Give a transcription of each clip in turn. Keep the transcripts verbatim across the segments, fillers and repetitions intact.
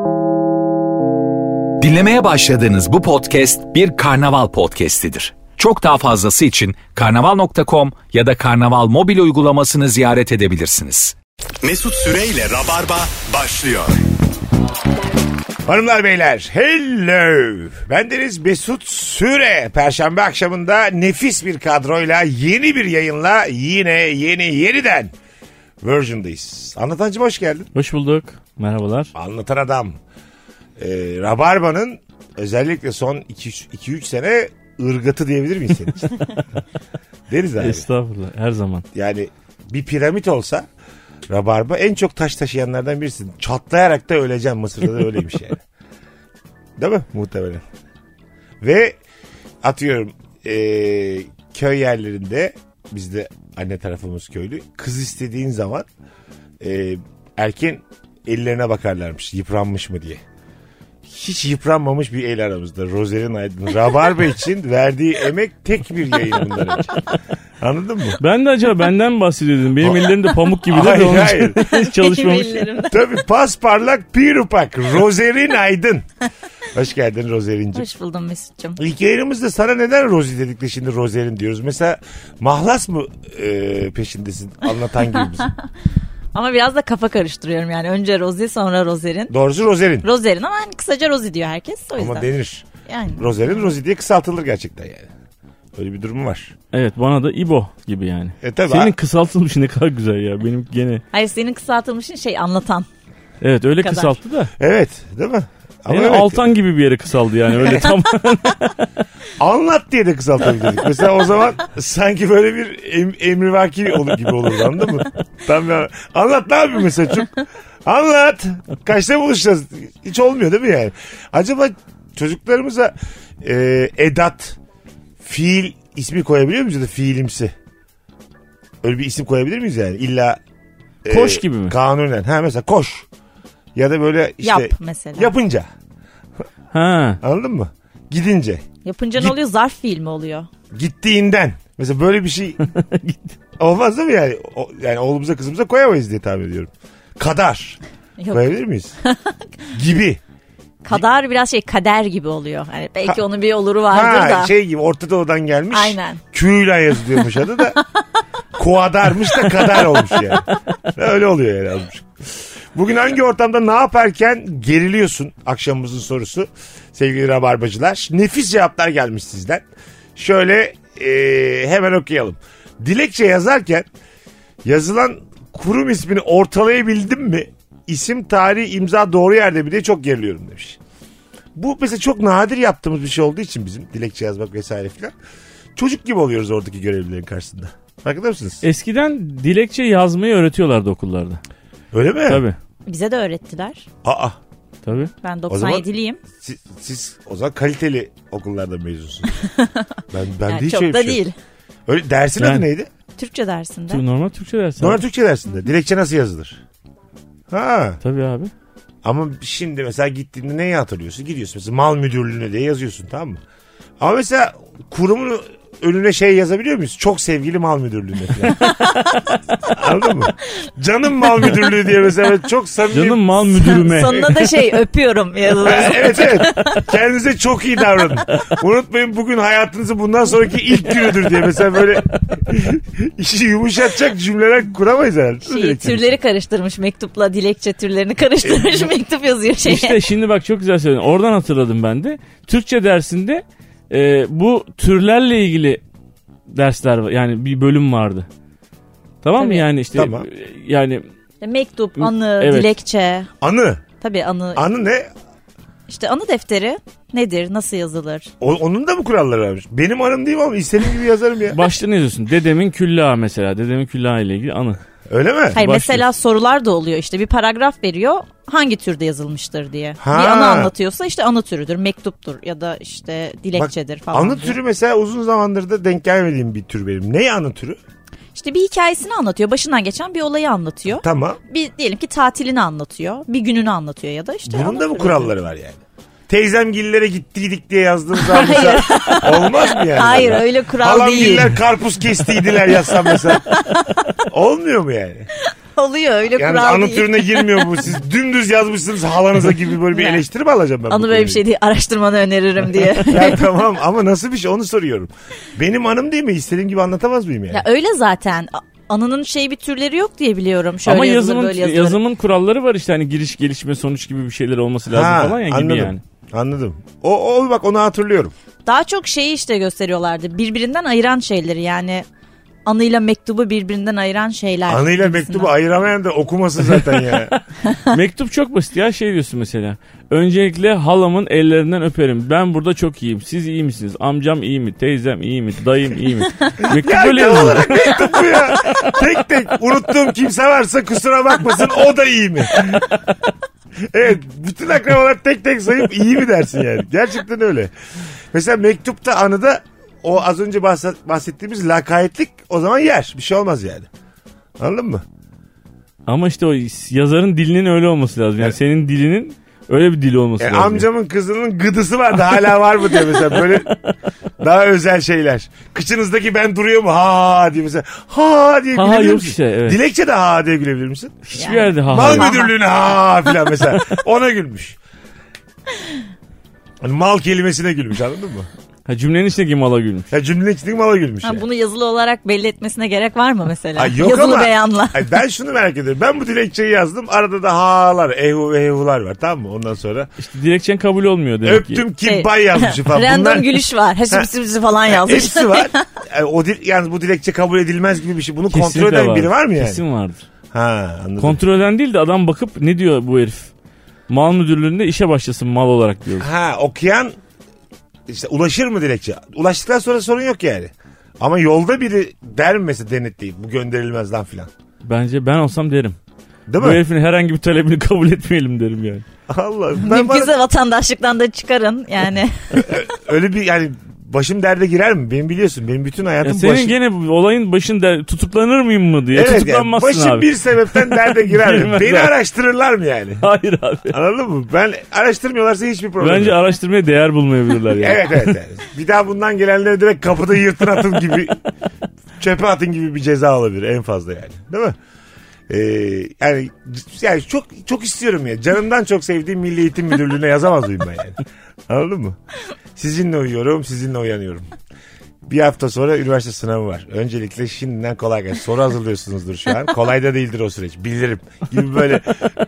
Dinlemeye başladığınız bu podcast bir karnaval podcastidir. Çok daha fazlası için karnaval nokta com ya da karnaval mobil uygulamasını ziyaret edebilirsiniz. Mesut Süreyle Rabarba başlıyor. Hanımlar beyler, hello. Bendeniz Mesut Süre. Perşembe akşamında nefis bir kadroyla, yeni bir yayınla yine yeni yeniden Virgin'dayız. Anlatancım hoş geldin. Hoş bulduk. Merhabalar. Anlatan adam. Ee, Rabarba'nın özellikle son iki üç sene ırgatı diyebilir miyiz senin için? Deriz abi. Estağfurullah, her zaman. Yani bir piramit olsa Rabarba en çok taş taşıyanlardan birisin. Çatlayarak da öleceğim, Mısır'da da öyleymiş yani. Değil mi? Muhtemelen. Ve atıyorum ee, köy yerlerinde, bizde anne tarafımız köylü, kız istediğin zaman ee, erken ellerine bakarlarmış yıpranmış mı diye. Hiç yıpranmamış bir el aramızda. Rozerin Aydın. Rabarba için verdiği emek tek bir yayın bunlar önce. Anladın mı? Ben de acaba benden mi bahsediyordum? Benim ellerim de pamuk gibi de. Hayır, onun hayır. Hiç çalışmamış. Tabii pasparlak pirupak. Rozerin Aydın. Hoş geldin Rozerin'cim. Hoş buldum Mesut'cum. İlk yayınımızda sana neden Rozi dedik de şimdi Rozerin diyoruz. Mesela mahlas mı e, peşindesin? Anlatan gibi bizim. Ama biraz da kafa karıştırıyorum yani. Önce Rozi, sonra Rozerin. Doğrusu Rozerin. Rozerin ama hani kısaca Rozi diyor herkes. O yüzden. Ama denir. Yani. Rozerin Rozi diye kısaltılır gerçekten yani. Öyle bir durum var. Evet, bana da İbo gibi yani. E, tabii Senin ha. kısaltılmış ne kadar güzel ya. Benim gene. Hayır, senin kısaltılmışın şey anlatan. Evet, öyle kadar. Kısalttı da. Evet, değil mi? Ama evet. Altan gibi bir yere kısaldı yani öyle tam. Anlat diye de kısaltabilirdik. Mesela o zaman sanki böyle bir em, emrivaki olur gibi olurdu, anladın mı? Tam bir, anlat ne yapayım mesela çok. Anlat. Kaçta buluşacağız? Hiç olmuyor değil mi yani? Acaba çocuklarımıza e, edat, fiil ismi koyabiliyor muyuz ya da fiilimsi? Öyle bir isim koyabilir miyiz yani? İlla e, koş gibi mi? Kanunen. Ha mesela koş. Ya da böyle işte. Yap mesela. Yapınca. Ha. Anladın mı? Gidince. Yapınca Git, ne oluyor? Zarf fiil mi oluyor? Gittiğinden. Mesela böyle bir şey olmaz değil mi yani? O, yani oğlumuza kızımıza koyamayız diye tahmin ediyorum. Kadar. Yok. Koyabilir miyiz? Gibi. Kadar biraz şey kader gibi oluyor. Hani belki ha, onun bir oluru vardır ha, da. Şey gibi Orta Doğu'dan gelmiş. Aynen. Q'yla yazılıyormuş adı da. Kuadarmış da kadar olmuş yani. Öyle oluyor yani azmış. Bugün hangi ortamda ne yaparken geriliyorsun? Akşamımızın sorusu. Sevgili Rabarbacılar. Nefis cevaplar gelmiş sizden. Şöyle e, hemen okuyalım. Dilekçe yazarken yazılan kurum ismini ortalayabildim mi? İsim, tarih, imza doğru yerde mi diye çok geriliyorum demiş. Bu mesela çok nadir yaptığımız bir şey olduğu için bizim dilekçe yazmak vesaire filan. Çocuk gibi oluyoruz oradaki görevlilerin karşısında. Farkında mısınız? Eskiden dilekçe yazmayı öğretiyorlardı okullarda. Öyle mi? Tabii. Bize de öğrettiler. Aa. Tabii. Ben doksan yediliyim. Siz, siz o zaman kaliteli okullardan mezunsunuz. ben ben yani de hiç çok öyle da bir şey. değil. Öyle dersin ben, adı neydi? Türkçe dersinde. Normal Türkçe dersi. Normal Türkçe dersinde. Dilekçe nasıl yazılır? Ha. Tabii abi. Ama şimdi mesela gittiğinde neyi hatırlıyorsun? Gidiyorsun mesela mal müdürlüğüne diye yazıyorsun, tamam mı? Ama mesela kurumun önüne şey yazabiliyor muyuz? Çok sevgili mal müdürlüğüne falan. Anladın mı? Canım mal müdürlüğü diye mesela çok samimi. Canım mal müdürüme. Sonuna da şey öpüyorum yazılır. Evet evet. Kendinize çok iyi davranın. Unutmayın bugün hayatınızın bundan sonraki ilk günüdür diye mesela böyle işi yumuşatacak cümleler kuramayız herhalde. Şey, türleri karıştırmış, mektupla dilekçe türlerini karıştırmış, mektup yazıyor şeye. İşte şimdi bak çok güzel söyledin. Oradan hatırladım ben de. Türkçe dersinde e, bu türlerle ilgili dersler var. Yani bir bölüm vardı. Tamam Tabii. mı yani işte tamam. Yani mektup, anı, evet. dilekçe. Anı. Tabii anı. Anı ne? İşte anı defteri nedir? Nasıl yazılır? O, onun da mı kuralları varmış? Benim anım değil mi ama istediğim gibi yazarım ya. Başta ne diyorsun? Dedemin küllahı mesela. Dedemin küllahı ile ilgili anı. Öyle mi? Hayır Başlıyor. Mesela sorular da oluyor. İşte bir paragraf veriyor. Hangi türde yazılmıştır diye. Ha. Bir anı anlatıyorsa işte anı türüdür, mektuptur ya da işte dilekçedir Bak, falan. Anı diye. türü mesela uzun zamandır da denk gelmediğim bir tür benim. Ne anı türü? İşte bir hikayesini anlatıyor. Başından geçen bir olayı anlatıyor. Tamam. Bir diyelim ki tatilini anlatıyor. Bir gününü anlatıyor ya da işte. Bunun da mı türü. kuralları var yani? Teyzemgillere gittiydik diye yazdığım zaman mesela olmaz mı yani? Hayır böyle? Öyle kural değil. Halamgiller karpuz kestiydiler yazsam mesela. Olmuyor mu yani? Oluyor öyle Yani kural anı değil. türüne girmiyor bu. Siz dümdüz yazmışsınız halanıza gibi böyle bir Yani. eleştiri mi alacağım ben? bu Anı böyle konuyu? bir şey değil, araştırmanı öneririm diye. Ya tamam ama nasıl bir şey onu soruyorum. Benim anım değil mi? İstediğim gibi anlatamaz mıyım yani? Ya öyle zaten. Anının şey bir türleri yok diye biliyorum. Şöyle Ama yazılır, yazımın böyle yazılır. yazımın kuralları var işte hani giriş gelişme sonuç gibi bir şeyler olması lazım Ha, falan ya gibi anladım. yani. Anladım. O, o bak onu hatırlıyorum. Daha çok şeyi işte gösteriyorlardı. Birbirinden ayıran şeyleri yani. Anıyla mektubu birbirinden ayıran şeyler. Anıyla gibisinden. mektubu ayıramayan da okumasın zaten ya. Mektup çok basit ya şey diyorsun mesela. Öncelikle halamın ellerinden öperim. Ben burada çok iyiyim. Siz iyi misiniz? Amcam iyi mi? Teyzem iyi mi? Dayım iyi mi? Mektup Ya böyle tam yazılır. olarak mektup bu ya. Tek tek unuttuğum kimse varsa kusura bakmasın o da iyi mi? Evet bütün akrabalar tek tek sayıp iyi mi dersin yani. Gerçekten öyle. Mesela mektupta anıda o az önce bahset, bahsettiğimiz lakayetlik o zaman yer. Bir şey olmaz yani. Anladın mı? Ama işte o yazarın dilinin öyle olması lazım. Yani Evet. senin dilinin öyle bir dili olması E, lazım. amcamın kızının gıdısı vardı hala var mı diyor mesela böyle daha özel şeyler. Kıçınızdaki ben duruyor mu ha diye mesela ha diye Ha, gülebilir yok misin? işte, evet. Dilekçe de ha diye gülebilir misin? Hiçbir Yani. yerde ha. Mal ha. müdürlüğüne ha filan mesela ona gülmüş. Hani mal kelimesine gülmüş anladın mı? Ha, cümlenin içindeki mala gülmüş. Ya cümlenin içindeki mala gülmüş Ha, yani. bunu yazılı olarak belli etmesine gerek var mı mesela? Ay, yok yazılı ama- beyanla. Ay, ben şunu merak ediyorum. Ben bu dilekçeyi yazdım. Arada da halar, ehu ve ehular var tamam mı? Ondan sonra İşte dilekçen kabul olmuyor demek ki. öptüm kim Şey, bay yazmışım falan. Random Bunlar gülüş var. Hepsi hepsi hepsi falan yazmış. hepsi var. Yani o dil, yani bu dilekçe kabul edilmez gibi bir şey. Bunu Kesinlikle kontrol eden var. biri var mı yani? Kesin vardır. Ha anladım. Kontrol eden değil de adam bakıp ne diyor bu herif? Mal müdürlüğünde işe başlasın mal olarak diyor. Ha okuyan işte ulaşır mı dilekçe? Ulaştıktan sonra sorun yok yani. Ama yolda biri der mi mesela denetleyip bu gönderilmez lan filan. Bence ben olsam derim. Değil Bu mi? herifin herhangi bir talebini kabul etmeyelim derim yani. Allah. Ben bana, Mümkünse vatandaşlıktan da çıkarın yani. öyle bir yani başım derde girer mi? Benim biliyorsun benim bütün Ya hayatım senin başım. gene bu olayın başında tutuklanır mıyım mı diye Evet yani tutuklanmazsın başım abi. bir sebepten derde girer mi? Girmez Beni abi. araştırırlar mı yani? Hayır abi. Anladın mı? Ben araştırmıyorlarsa hiçbir problem Bence yok. araştırmaya değer bulmayabilirler yani. Evet evet. Yani. Bir daha bundan gelenleri direkt kapıda yırtın atın gibi çöpe atın gibi bir ceza olabilir en fazla yani. Değil mi? Ee, yani yani çok çok istiyorum ya. Canımdan çok sevdiğim Milli Eğitim Müdürlüğü'ne yazamaz mıyım ben yani? Anladın mı? Sizinle uyuyorum, sizinle uyanıyorum. Bir hafta sonra üniversite sınavı var. Öncelikle şimdiden kolay gelsin. Soru hazırlıyorsunuzdur şu an. Kolay da değildir o süreç. Bilirim. Gibi böyle.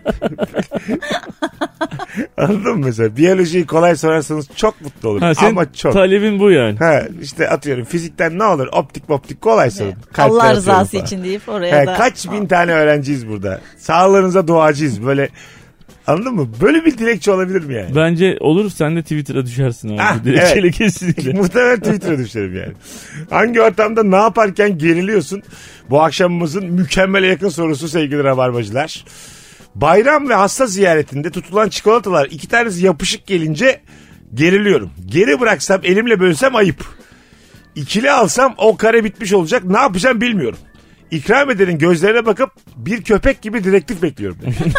Anladın mı mesela? Biyolojiyi kolay sorarsanız çok mutlu olurum. Ha, senin Ama çok. talebin bu yani. Ha işte atıyorum fizikten ne olur? Optik optik kolay sorun. Kalpten Allah atıyorum rızası falan. için deyip oraya He, da. kaç bin tane öğrenciyiz burada. Sağlığınıza duacıyız. Böyle anladın mı? Böyle bir dilekçe olabilir mi yani? Bence olur sen de Twitter'a düşersin abi. Ah, Bu dilekçeyle evet. kesinlikle. Muhtemelen Twitter'a düşerim yani. Hangi ortamda ne yaparken geriliyorsun? Bu akşamımızın mükemmele yakın sorusu sevgili rabarbacılar. Bayram ve hasta ziyaretinde tutulan çikolatalar iki tanesi yapışık gelince geriliyorum. Geri bıraksam elimle bölsem ayıp. İkili alsam o kare bitmiş olacak. Ne yapacağım bilmiyorum. İkram edenin gözlerine bakıp bir köpek gibi direktif bekliyorum.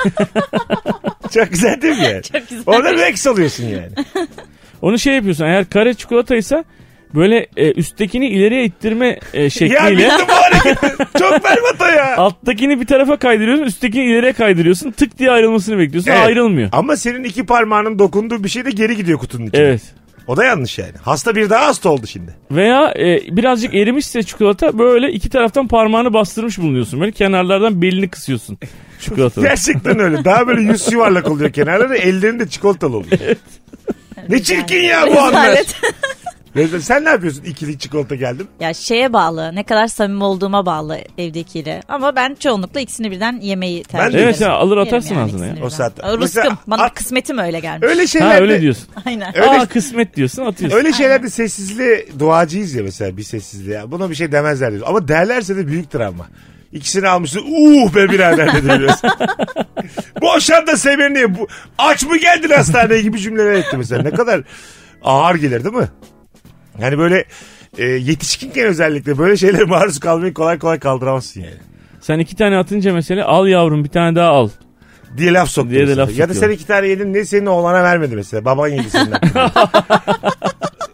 Çok güzel değil mi yani? Çok güzel. Orada Rex alıyorsun yani. Onu şey yapıyorsun eğer kare çikolataysa böyle e, üsttekini ileriye ittirme e, Ya şekliyle bildim bu hareketi. Çok berbat o ya. alttakini bir tarafa kaydırıyorsun üsttekini ileriye kaydırıyorsun tık diye ayrılmasını bekliyorsun Evet. ayrılmıyor. Ama senin iki parmağının dokunduğu bir şey de geri gidiyor kutunun içine. Evet. O da yanlış yani. Hasta bir daha hasta oldu şimdi. Veya e, birazcık erimişse çikolata böyle iki taraftan parmağını bastırmış bulunuyorsun. Böyle kenarlardan belini kısıyorsun çikolatanın. Gerçekten öyle. Daha böyle yüz yuvarlak oluyor kenarları. Ellerin de çikolatalı oluyor. Ne çirkin ya bu anlar. Rezalet. Rezil. Sen ne yapıyorsun ikili çikolata geldim? Ya şeye bağlı, ne kadar samimi olduğuma bağlı evdekiyle. Ama ben çoğunlukla ikisini birden yemeyi tercih Ben de- ederim. Evet ya alır Yerim atarsın yani ağzına ya. ikisini O birden. saatte. Rızkım. Mesela- Bana A- kısmetim öyle gelmiş. Öyle Ha şeylerde... öyle diyorsun. Aynen. Öyle- Aa kısmet diyorsun atıyorsun. Öyle şeylerde sessizliğe duacıyız ya mesela bir sessizliğe. Buna bir şey demezler diyor. Ama derlerse de büyük travma. İkisini almışsın. Uh be birader dedi biliyorsun. Boşan da severini. Bu, aç mı geldin hastaneye gibi cümleler etti mesela. Ne kadar ağır gelir değil mi? Yani böyle e, yetişkinken özellikle böyle şeylere maruz kalmayı kolay kolay kaldıramazsın yani. Sen iki tane atınca mesela al yavrum bir tane daha al. Diye laf soktu. Diye de mesela. laf ya da sokuyor. sen iki tane yedin ne senin oğlana vermedi mesela. Baban yedi senin hakkında.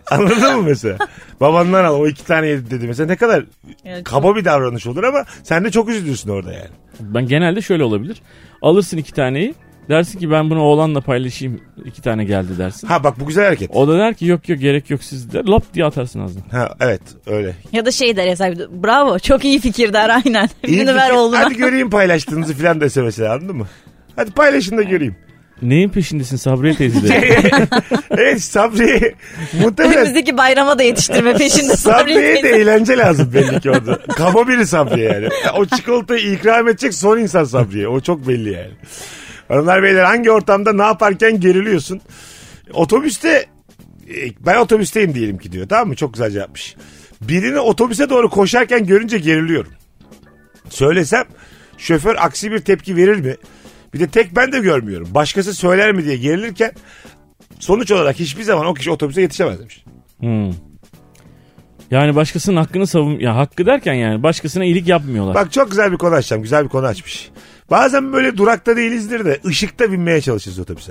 Anladın mı mesela? Babandan al o iki tane yedi dedi. Mesela ne kadar Evet, kaba bir davranış olur ama sen de çok üzülürsün orada yani. Ben genelde şöyle olabilir. Alırsın iki taneyi. Dersin ki ben bunu oğlanla paylaşayım. İki tane geldi dersin. Ha bak bu güzel hareket. O da der ki yok yok gerek yok siz der. Lop diye atarsın ağzına. Ha evet öyle. Ya da şey der ya sahibi, bravo çok iyi fikir der aynen. İyi Birini ver fikir. oğluna. Hadi göreyim paylaştığınızı falan dese mesela anladın mı? Hadi paylaşın da göreyim. Neyin peşindesin Sabriye teyze de. Evet Sabriye muhtemelen Önümüzdeki bayrama da yetiştirme peşinde. Sabriye'ye de eğlence lazım belli ki orada. Kaba biri Sabriye yani. O çikolatayı ikram edecek son insan Sabriye. O çok belli yani. Hanımlar beyler hangi ortamda ne yaparken geriliyorsun? Otobüste ben otobüsteyim diyelim ki diyor tamam mı? Çok güzelce yapmış. Birini otobüse doğru koşarken görünce geriliyorum. Söylesem şoför aksi bir tepki verir mi? Bir de tek ben de görmüyorum. Başkası söyler mi diye gerilirken sonuç olarak hiçbir zaman o kişi otobüse yetişemez demiş. Hmm. Yani başkasının hakkını savun... Ya hakkı derken yani başkasına iyilik yapmıyorlar. Bak çok güzel bir konu açacağım. Güzel bir konu açmış. Bazen böyle durakta değilizdir de ışıkta binmeye çalışırız otobüse.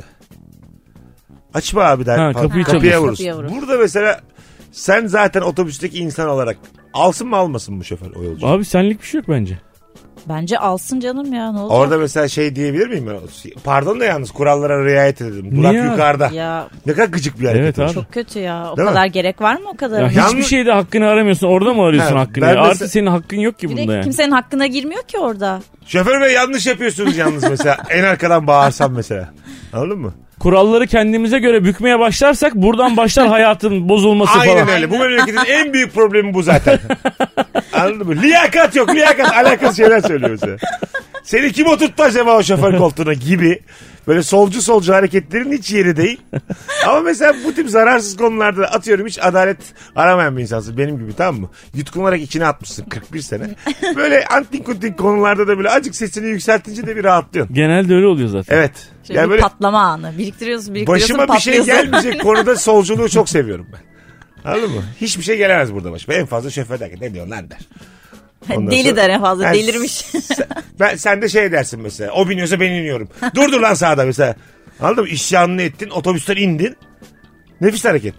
Açma abi der. Ha, kapıyı kapıya çalış. vurursun. Kapıya vurur. Burada mesela sen zaten otobüsteki insan olarak alsın mı almasın mı şoför o yolcu? Abi senlik bir şey yok bence. Bence alsın canım ya ne olacak? Orada mesela şey diyebilir miyim ben? Pardon da yalnız kurallara riayet edelim. Durak Niye? yukarıda. Ya Ne kadar gıcık bir hareket. Evet abi. çok kötü ya. O Değil kadar mi? gerek var mı o kadar? Ya Yalnız- hiçbir şeyde hakkını aramıyorsun. Orada mı arıyorsun Ha, hakkını? ben Ya? mesela- Artık senin hakkın yok ki Bir de bunda yani. kimsenin hakkına girmiyor ki orada. Şoför bey yanlış yapıyorsunuz yalnız mesela. En arkadan bağırsam mesela. Anladın mı? Kuralları kendimize göre bükmeye başlarsak buradan başlar hayatın bozulması Aynen falan. öyle. Bu memleketin en büyük problemi bu zaten. Anladın mı? Liyakat yok. Liyakat alakasız şeyler söylüyor mesela. Seni kim oturttu acaba o şoför koltuğuna gibi. Böyle solcu solcu hareketlerin hiç yeri değil. Ama mesela bu tip zararsız konularda atıyorum hiç adalet aramayan bir insansın benim gibi tamam mı? Yutkunarak içine atmışsın kırk bir sene. Böyle antik kuntik konularda da böyle azıcık sesini yükseltince de bir rahatlıyorsun. Genelde öyle oluyor zaten. Evet. Şöyle Yani bir böyle patlama anı. Biriktiriyorsun biriktiriyorsun başıma bir şey patlıyorsun. gelmeyecek konuda solculuğu çok seviyorum ben. Anladın mı? Hiçbir şey gelemez burada başıma. En fazla şoför der ki ne diyorsun lan der. Ondan Deli sonra- der en fazla Yani delirmiş. sen, ben, sen de şey dersin mesela. O biniyorsa ben iniyorum. Durdur lan sağda mesela. Anladın mı? İsyanını ettin. Otobüsten indin. Nefis hareket.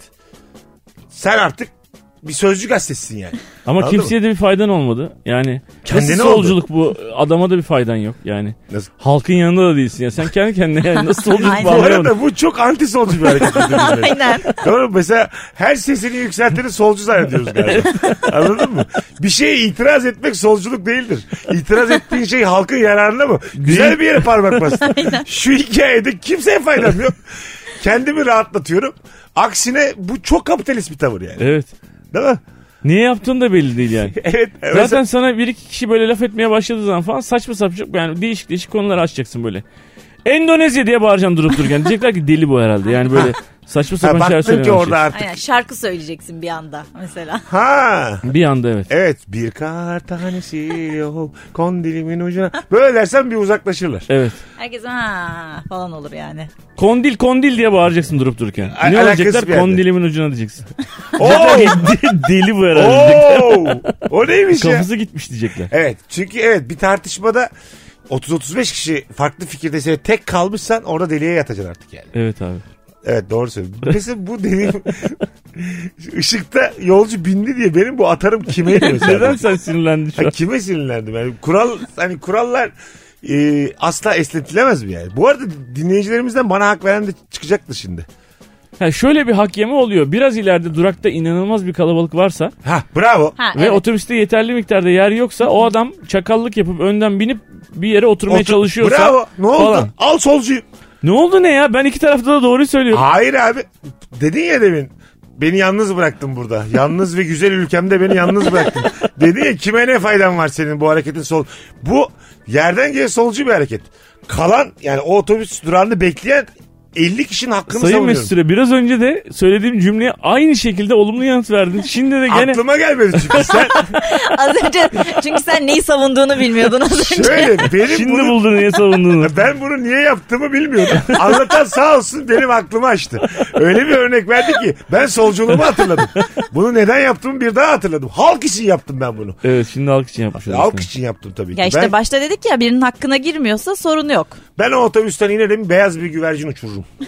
Sen artık bir sözcü gazetesisin yani. Ama Anladın kimseye de bir faydan olmadı. Yani Kendine nasıl solculuk bu? Adama da bir faydan yok yani. Nasıl? Halkın yanında da değilsin ya. Sen kendi kendine yani nasıl solculuk Aynen. Bu bağlayamadım. arada bu çok anti solcu bir hareket. Aynen. Doğru mu? Mesela her sesini yükselteni solcu zannediyoruz galiba. Anladın mı? Bir şeye itiraz etmek solculuk değildir. İtiraz ettiğin şey halkın yararına mı? Güzel bir yere parmak bastın. Şu hikayede kimseye faydam yok. Kendimi rahatlatıyorum. Aksine bu çok kapitalist bir tavır yani. Evet. Değil mi? Niye yaptığın da belli değil yani. Evet. Zaten Mesela, sana bir iki kişi böyle laf etmeye başladığı zaman falan saçma saçma yani değişik değişik konular açacaksın böyle. Endonezya diye bağıracaksın durup dururken. Diyecekler ki deli bu herhalde. Yani böyle saçma ha, sapan şeyler baktın ki söylemeye orada başlayacaksın. artık. Aynen şarkı söyleyeceksin bir anda mesela. Ha. Bir anda evet. Evet. Bir kar tanesi yok kondilimin ucuna. Böyle dersen bir uzaklaşırlar. Evet. Herkes ha falan olur yani. Kondil kondil diye bağıracaksın durup dururken. A- Ne alakasız bir olacaklar? yerde. Kondilimin ucuna diyeceksin. Oo! Deli bu herhalde. Oo! O neymiş ya? Kafası gitmiş diyecekler. Evet çünkü evet bir tartışmada otuz otuz beş kişi farklı fikirdeyse tek kalmışsan orada deliye yatacaksın artık yani. Evet abi. Evet doğru söylüyorsun. Mesela bu dediğim ışıkta yolcu bindi diye benim bu atarım kime mesela? Neden sen sinirlendin şu Ha, an? kime sinirlendim yani kural hani kurallar e, asla esnetilemez mi yani? Bu arada dinleyicilerimizden bana hak veren de çıkacaktır şimdi. Ha, şöyle bir hak yeme oluyor. Biraz ileride durakta inanılmaz bir kalabalık varsa Ha bravo. Ha, ve evet. otobüste yeterli miktarda yer yoksa o adam çakallık yapıp önden binip bir yere oturmaya Otur- çalışıyorsa Bravo. Ne oldu? falan. Al solcuyu. Ne oldu ne ya? Ben iki tarafta da doğruyu söylüyorum. Hayır abi. Dedin ya demin. Beni yalnız bıraktın burada. Yalnız ve güzel ülkemde beni yalnız bıraktın. Dedin ya kime ne faydan var senin bu hareketin sol. Bu yerden gelen solcu bir hareket. Kalan yani o otobüs durağında bekleyen elli kişinin hakkını Sayın savunuyorum. Mesut Süre biraz önce de söylediğim cümleye aynı şekilde olumlu yanıt verdin. Şimdi de gene Aklıma gelmedi çünkü sen Az önce çünkü sen neyi savunduğunu bilmiyordun az önce. şöyle benim şimdi bunu, buldun niye savunduğunu. ben bunu niye yaptığımı bilmiyordum. Anlatan sağ olsun benim aklımı açtı. Öyle bir örnek verdi ki ben solculuğumu hatırladım. Bunu neden yaptığımı bir daha hatırladım. Halk için yaptım ben bunu. Evet şimdi halk için yapmış. Halk olasın. için yaptım tabii ki. Ya işte ben, başta dedik ya birinin hakkına girmiyorsa sorun yok. ben o otobüsten inerim beyaz bir güvercin uçururum.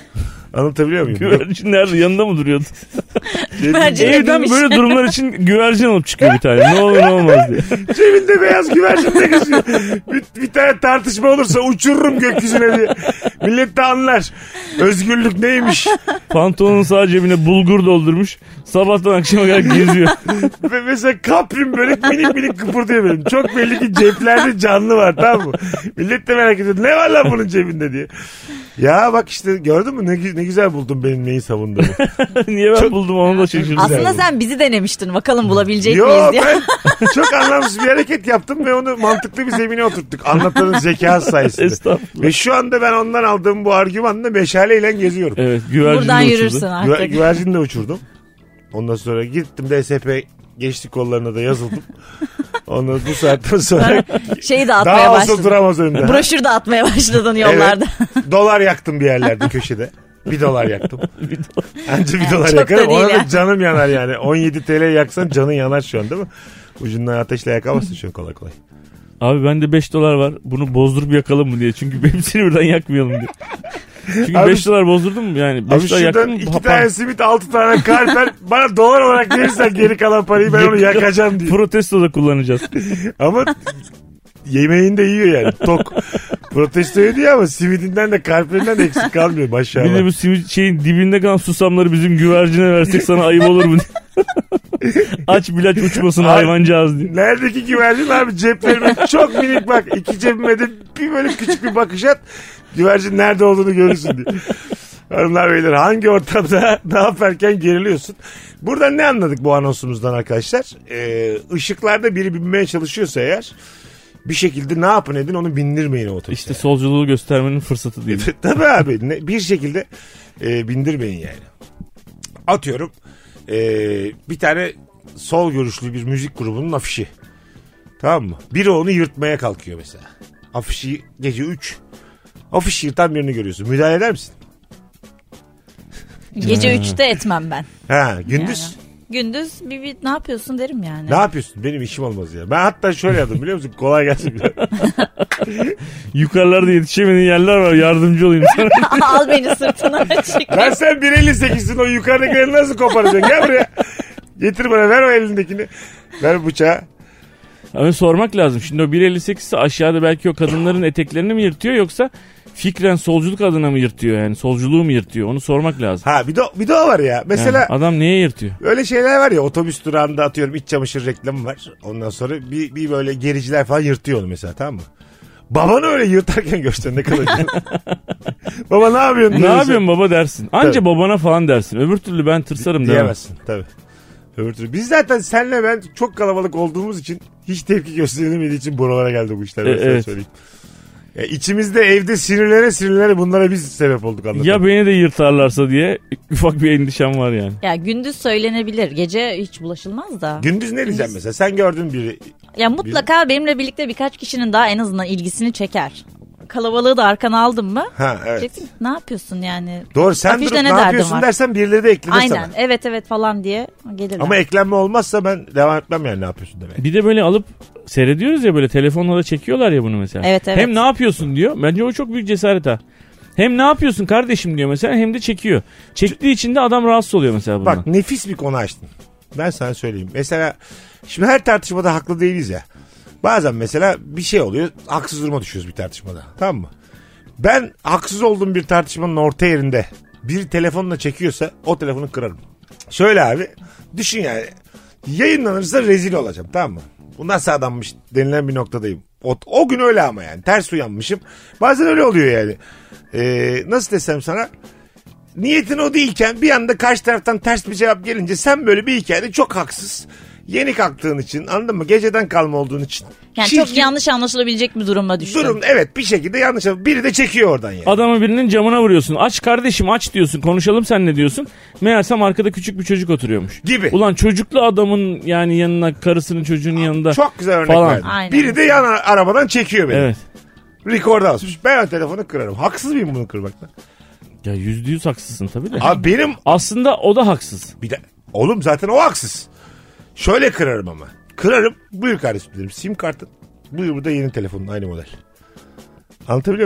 Anlatabiliyor muyum? Güvercin nerede? Yanında mı duruyordu? Güvercin de Evden bilmiş. böyle durumlar için güvercin alıp çıkıyor bir tane. Ne olur ne olmaz diye. Cebinde beyaz güvercin de geziyor. Bir, bir tane tartışma olursa uçururum gökyüzüne diye. Millet de anlar. Özgürlük neymiş? Pantolonun sağ cebine bulgur doldurmuş. Sabahtan akşama kadar geziyor. Ve mesela kaprim böyle minik minik kıpırdıyor benim. Çok belli ki ceplerde canlı var, tamam mı? Millet de merak ediyor. Ne var lan bunun cebinde diye. Ya bak işte gördün mü ne, gü- ne güzel buldum benim neyi savunduğumu. Niye ben Çok- buldum onu da şaşırdım. Aslında sen bizi denemiştin. Bakalım bulabilecek Yo miyiz diye. ben çok anlamsız bir hareket yaptım ve onu mantıklı bir zemine oturttuk. Anlatanın zekası sayesinde. Estağfurullah. Ve şu anda ben ondan aldığım bu argümanla meşaleyle geziyorum. Evet, güvercin Buradan de yürürsün uçurdu. artık. Güver- güvercini de uçurdum. Ondan sonra gittim D S P gençlik kollarına da yazıldım. Ondan bu saatten sonra Şeyi de atmaya daha olsa başladın. duramaz önümde. Broşür de atmaya başladın yollarda. Evet. Dolar yaktım bir yerlerde köşede. Bir dolar yaktım. Anca bir dolar çok da yakarım. değil Ona da yani. canım yanar yani. on yedi TL yaksan canın yanar şu an değil mi? Ucundan ateşle yakamazsın şu an kolay kolay. Abi bende beş dolar var. Bunu bozdurup yakalım mı diye. Çünkü hepsini birden yakmayalım diye. Çünkü Abi- beş dolar bozdurdum mu yani? beş Abi dolar şuradan yaktım mı? iki Ha, tane simit altı tane kalper bana dolar olarak verirsen geri kalan parayı ben onu yakacağım diye. Protesto da kullanacağız. Ama yemeğini de yiyor yani. Tok. Protesto ediyor ama simidinden de kalplerinden de eksik kalmıyor Bir maşallah. de bu simit şeyin dibinde kalan susamları bizim güvercine versek sana ayıp olur mu diye. Aç bilaç uçmasın Abi- hayvancağız diye. Neredeki güvercin abi ceplerime çok minik bak. İki cebime de bir böyle küçük bir bakış at. Güvercin nerede olduğunu görürsün diye. Hanımlar beyler hangi ortamda ne yaparken geriliyorsun? Buradan ne anladık bu anonsumuzdan arkadaşlar? Ee, ışıklarda biri binmeye çalışıyorsa eğer bir şekilde ne yapın edin onu bindirmeyin o otobüse. İşte solculuğu göstermenin fırsatı değil. Tabii abi ne, bir şekilde e, bindirmeyin yani. Atıyorum e, bir tane sol görüşlü bir müzik grubunun afişi. Tamam mı? Biri onu yırtmaya kalkıyor mesela. Afişi gece üç. Afişi yırtan birini görüyorsun. Müdahale eder misin? Gece üçte etmem ben. Ha, gündüz Gündüz bir, bir ne yapıyorsun derim yani. ne yapıyorsun? Benim işim olmaz ya. Ben hatta şöyle yaptım biliyor musun? Kolay gelsin. Yukarılarda yetişemediğin yerler var, yardımcı olayım sana. Al beni sırtına çık. Lan sen bir elli sekizsin o yukarıdakileri nasıl koparacaksın? Gel buraya. Getir bana ver o elindekini. Ver bıçağı. Ama sormak lazım. Şimdi o bir elli sekiz ise aşağıda belki o kadınların eteklerini mi yırtıyor yoksa fikren solculuk adına mı yırtıyor yani? Solculuğu mu yırtıyor? Onu sormak lazım. Ha bir de, bir de o var ya. Mesela Yani adam neye yırtıyor? öyle şeyler var ya otobüs durağında atıyorum iç çamaşır reklamı var. Ondan sonra bir, bir böyle gericiler falan yırtıyor onu mesela tamam mı? Babanı öyle yırtarken görsen ne kadar güzel. Baba ne yapıyorsun? Ne diyorsun. yapıyorsun baba dersin. Anca Tabii. babana falan dersin. Öbür türlü ben tırsarım demem. Diyemezsin tabii. Öbür türlü. Biz zaten senle ben çok kalabalık olduğumuz için hiç tepki gösterilmediği için buralara geldi bu işler. Ben E, sana evet. söyleyeyim. Ya içimizde evde sinirlere sinirlere bunlara biz sebep olduk anlatalım. Ya beni de yırtarlarsa diye ufak bir endişem var yani. Ya gündüz söylenebilir. Gece hiç bulaşılmaz da. Gündüz ne diyeceğim mesela? Sen gördün biri. Ya mutlaka benimle birlikte birkaç kişinin daha en azından ilgisini çeker. Kalabalığı da arkana aldın mı? Ha evet. Diyeceksin, ne yapıyorsun yani? Doğru sen Afişte durup ne, ne derdim yapıyorsun var? dersen birileri de eklenir Aynen sana. evet evet falan diye gelirler. Ama eklenme olmazsa ben devam etmem yani ne yapıyorsun demeye. Bir de böyle alıp seyrediyoruz ya böyle telefonla da çekiyorlar ya bunu mesela. Evet, evet. Hem ne yapıyorsun diyor. Bence o çok büyük cesaret ha. Hem ne yapıyorsun kardeşim diyor mesela hem de çekiyor. Çektiği için de adam rahatsız oluyor mesela bundan. Bak nefis bir konu açtın. Ben sana söyleyeyim. Mesela şimdi her tartışmada haklı değiliz ya. Bazen mesela bir şey oluyor. Haksız duruma düşüyoruz bir tartışmada. Tamam mı? Ben haksız olduğum bir tartışmanın orta yerinde bir telefonla çekiyorsa o telefonu kırarım. Şöyle abi düşün yani yayınlanırsa rezil olacağım tamam mı? Bu nasıl adammış denilen bir noktadayım. O, o gün öyle ama yani ters uyanmışım. Bazen öyle oluyor yani. Ee, nasıl desem sana niyetin o değilken bir anda karşı taraftan ters bir cevap gelince sen böyle bir hikayede çok haksız. Yeni kalktığın için anladın mı? Geceden kalma olduğun için. yani çirkin çok yanlış anlaşılabilecek bir duruma düştün. durum evet bir şekilde yanlış. Biri de çekiyor oradan yani. Adamı birinin camına vuruyorsun. Aç kardeşim aç diyorsun. Konuşalım seninle diyorsun. Meğersem arkada küçük bir çocuk oturuyormuş. Gibi. Ulan çocuklu adamın yani yanına karısının çocuğunun yanında. Çok güzel örnek falan. verdin. Aynen. Biri de yan arabadan çekiyor beni. Evet. Rekorda asmış. Ben o telefonu kırarım. Haksız mıyım bunu kırmakta? Ya yüzde yüz haksızsın tabii de. Abi benim Aslında o da haksız. bir de oğlum zaten o haksız. Şöyle kırarım ama. Kırarım. Buyur kardeşim derim. Sim kartın. Buyur burada yeni telefonun aynı model. Anlatabiliyor muyum?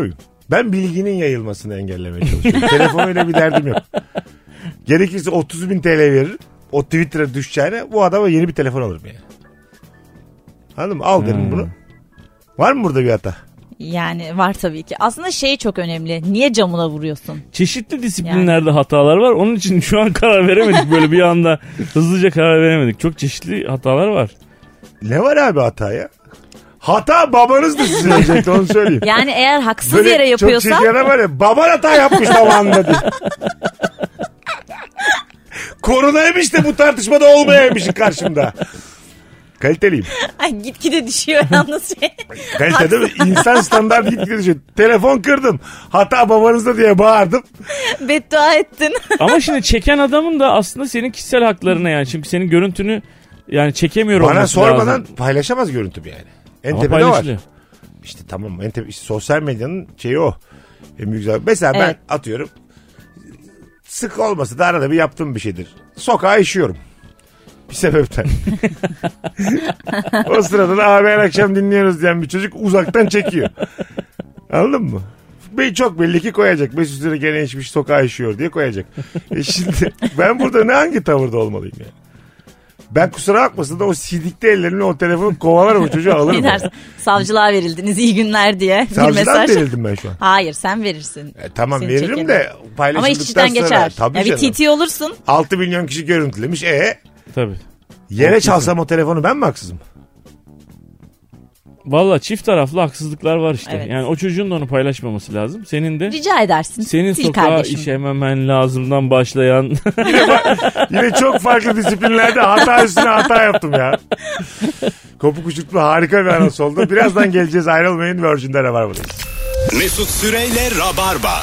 Ben bilginin yayılmasını engellemeye çalışıyorum. Telefonuyla bir derdim yok. Gerekirse otuz bin T L veririm. O Twitter'a düşeceğine bu adama yeni bir telefon alırım yani. Anladın mı? Al derim hmm. bunu. Var mı burada bir hata? Yani var tabii ki. Aslında şey çok önemli. Niye camına vuruyorsun? Çeşitli disiplinlerde yani. Hatalar var. Onun için şu an karar veremedik. Böyle bir anda hızlıca karar veremedik. Çok çeşitli hatalar var. Ne var abi hataya? Hata babanızdı sizin öncelikle onu söyleyeyim. Yani eğer haksız böyle yere yapıyorsan. Çok çeşitli var ya. Baban hata yapmış zamanında diye. Korunaymış da bu tartışmada olmayaymışım karşımda. Kaliteliyim. Ay gitgide düşüyor yalnız şey. Kalite değil mi? İnsan standart gitgide düşüyor. Telefon kırdım. Hata babanızda diye bağırdım. Beddua ettin. Ama şimdi çeken adamın da aslında senin kişisel haklarına yani. Çünkü senin görüntünü yani çekemiyor olması bana sormadan lazım. paylaşamaz görüntüm yani. En ama tepede var. İşte tamam. En tepe, işte sosyal medyanın şeyi o. En büyük zaten. Mesela evet. Ben atıyorum. Sık olmasa da arada bir yaptığım bir şeydir. Sokağa işiyorum. Bir sebepten. O sırada da abi her akşam dinliyoruz diyen bir çocuk uzaktan çekiyor. Anladın mı? Bey çok belli ki koyacak. Mesut Süre gene içmiş sokağa işiyor diye koyacak. E şimdi ben burada ne hangi tavırda olmalıyım yani? Ben kusura bakmasın da o sidikli ellerimle o telefonu kovalarım o çocuğu alırım. Savcılığa verildiniz iyi günler diye bir mesaj. Savcılığa verildim ben şu an. Hayır sen verirsin. E, tamam veririm çekelim. De paylaşıldıktan ama iç içten sonra. Geçer. Tabii ya bir T T olursun. altı milyon kişi görüntülemiş. E tabii. Yere o çalsam o telefonu ben mi haksızım? Valla çift taraflı haksızlıklar var işte. Evet. Yani o çocuğun da onu paylaşmaması lazım. Senin de rica edersin. Senin Sil sokağa kardeşim. işememen lazımdan başlayan. yine, yine çok farklı disiplinlerde hata üstüne hata yaptım ya. Kopuk uçurtma harika bir anons oldu. Birazdan geleceğiz, ayrılmayın. Virgin'de Rabarba'dayız. Mesut Süreyle Rabarba.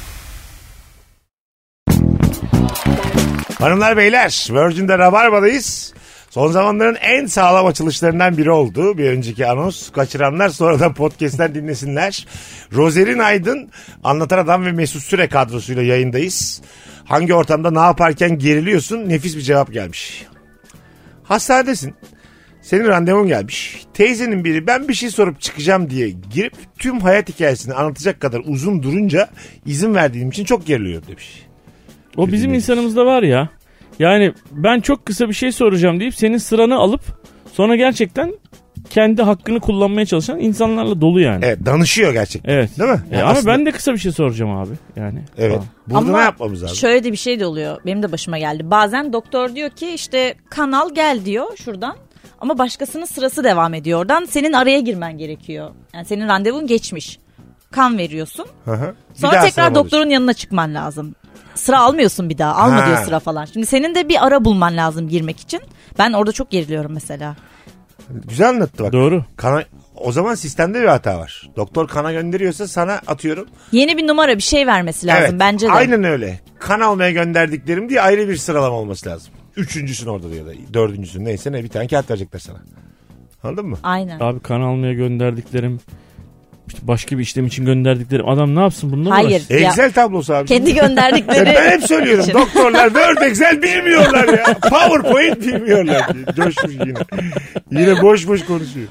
Hanımlar beyler, Virgin'de Rabarba'dayız. Son zamanların en sağlam açılışlarından biri oldu. Bir önceki anons. Kaçıranlar sonradan podcast'ten dinlesinler. Rozerin Aydın, Anlatan Adam ve Mesut Süre kadrosuyla yayındayız. Hangi ortamda ne yaparken geriliyorsun? Nefis bir cevap gelmiş. Hastanedesin. Senin randevun gelmiş. Teyzenin biri ben bir şey sorup çıkacağım diye girip tüm hayat hikayesini anlatacak kadar uzun durunca izin verdiğim için çok geriliyorum demiş. O bizim Bilmiyorum. insanımızda var ya. Yani ben çok kısa bir şey soracağım deyip senin sıranı alıp sonra gerçekten kendi hakkını kullanmaya çalışan insanlarla dolu yani. Evet, danışıyor gerçekten. Evet. Değil mi? E, ama aslında... ben de kısa bir şey soracağım abi. Yani. Evet. Tamam. Burada ama ne yapmamız lazım? Şöyle de bir şey de oluyor. Benim de başıma geldi. Bazen doktor diyor ki işte kanal gel diyor şuradan. Ama başkasının sırası devam ediyor oradan. Senin araya girmen gerekiyor. Yani senin randevun geçmiş. Kan veriyorsun. Hı hı. Sonra tekrar doktorun yanına çıkman lazım. Sıra almıyorsun bir daha. Alma ha. diyor sıra falan. Şimdi senin de bir ara bulman lazım girmek için. Ben orada çok geriliyorum mesela. Güzel anlattı bak. Doğru. Kana, o zaman sistemde bir hata var. Doktor kana gönderiyorsa sana atıyorum. Yeni bir numara bir şey vermesi lazım evet, bence de. Aynen öyle. Kan almaya gönderdiklerim diye ayrı bir sıralama olması lazım. Üçüncüsün orada ya da dördüncüsün neyse ne bir tane kağıt verecekler sana. Anladın mı? Aynen. Abi kan almaya gönderdiklerim... İşte başka bir işlem için gönderdiklerim. Adam ne yapsın bununla? Hayır. Excel ya, tablosu abi. Kendi gönderdikleri. Ben hep söylüyorum. Doktorlar Word, Excel bilmiyorlar ya. PowerPoint bilmiyorlar diye. Coşmuş yine. Yine boş boş konuşuyor.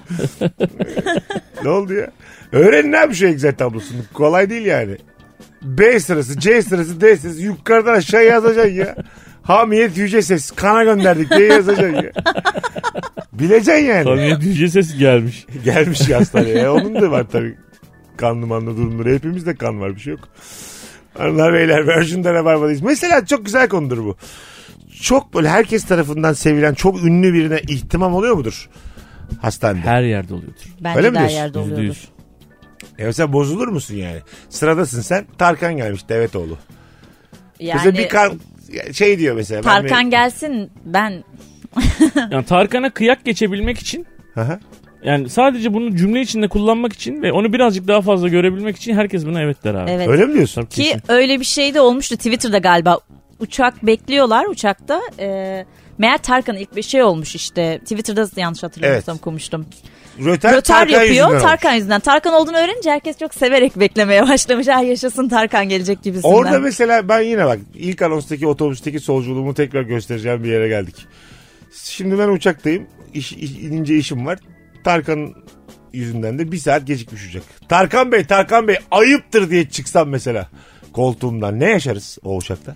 Ne oldu ya? Öğrenin abi şu Excel tablosunu. Kolay değil yani. B sırası, C sırası, D sırası. Yukarıdan aşağı yazacaksın ya. Hamiyet yüce ses. Kana gönderdik diye yazacaksın ya. Bileceksin yani. Hamiyet yüce ses gelmiş. Gelmiş ya hastaneye. Onun da var tabii. Kanlı manlı durumları. Hepimizde kan var, bir şey yok. Hanımlar beyler, Virgin'de Rabarba'dayız. Mesela çok güzel konudur bu. Çok böyle herkes tarafından sevilen çok ünlü birine ihtimam oluyor mudur hastanede? Her yerde oluyordur. Bence öyle de her yerde oluyordur. E mesela bozulur musun yani? Sıradasın sen, Tarkan gelmiş, Devetoğlu. Yani... Mesela bir kan şey diyor mesela. Tarkan ben gelsin ben. Yani Tarkan'a kıyak geçebilmek için. Aha. Yani sadece bunu cümle içinde kullanmak için ve onu birazcık daha fazla görebilmek için herkes buna evet der abi. Evet. Öyle mi diyorsun? Ki kesin. Öyle bir şey de olmuştu Twitter'da galiba. Uçak bekliyorlar uçakta. E, meğer Tarkan'ın ilk bir şey olmuş işte. Twitter'da yanlış hatırlamıyorsam evet. okumuştum. Röter, Röter Tarkan yapıyor yüzünden Tarkan olmuş. yüzünden. Tarkan olduğunu öğrenince herkes çok severek beklemeye başlamış. Her yaşasın Tarkan gelecek gibisinden. Orada mesela ben yine bak ilk anonstaki otobüsteki solculuğumu tekrar göstereceğim bir yere geldik. Şimdi ben uçaktayım. İş, iş, inince işim var. Tarkan'ın yüzünden de bir saat gecikmiş uçak. Tarkan Bey, Tarkan Bey ayıptır diye çıksam mesela koltuğumdan ne yaşarız o uçakta?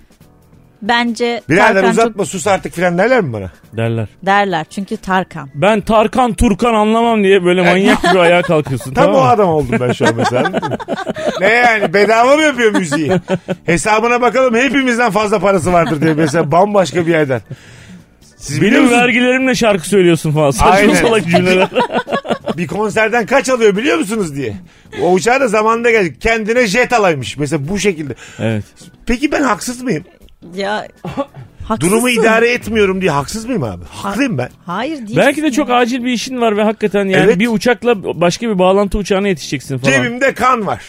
Bence Birader Tarkan uzatma çok sus artık filan derler mi bana? Derler. derler çünkü Tarkan. Ben Tarkan Turkan anlamam diye böyle manyak gibi ayağa kalkıyorsun. Tam tamam o mı? adam oldum ben şu an mesela. Ne yani bedava mı yapıyor müziği? Hesabına bakalım hepimizden fazla parası vardır diye mesela bambaşka bir yerden. Siz biliyor Benim musunuz? vergilerimle şarkı söylüyorsun falan. Saçma Aynen. salak cümleler. Bir konserden kaç alıyor biliyor musunuz diye. O uçağa da zamanında geldik. Kendine jet alaymış mesela bu şekilde. Evet. Peki ben haksız mıyım? Ya haksızsın. Durumu idare etmiyorum diye haksız mıyım abi? Haklıyım ben. Hayır değil. Belki de çok acil bir işin var ve hakikaten yani Evet. bir uçakla başka bir bağlantı uçağına yetişeceksin falan. Cebimde kan var.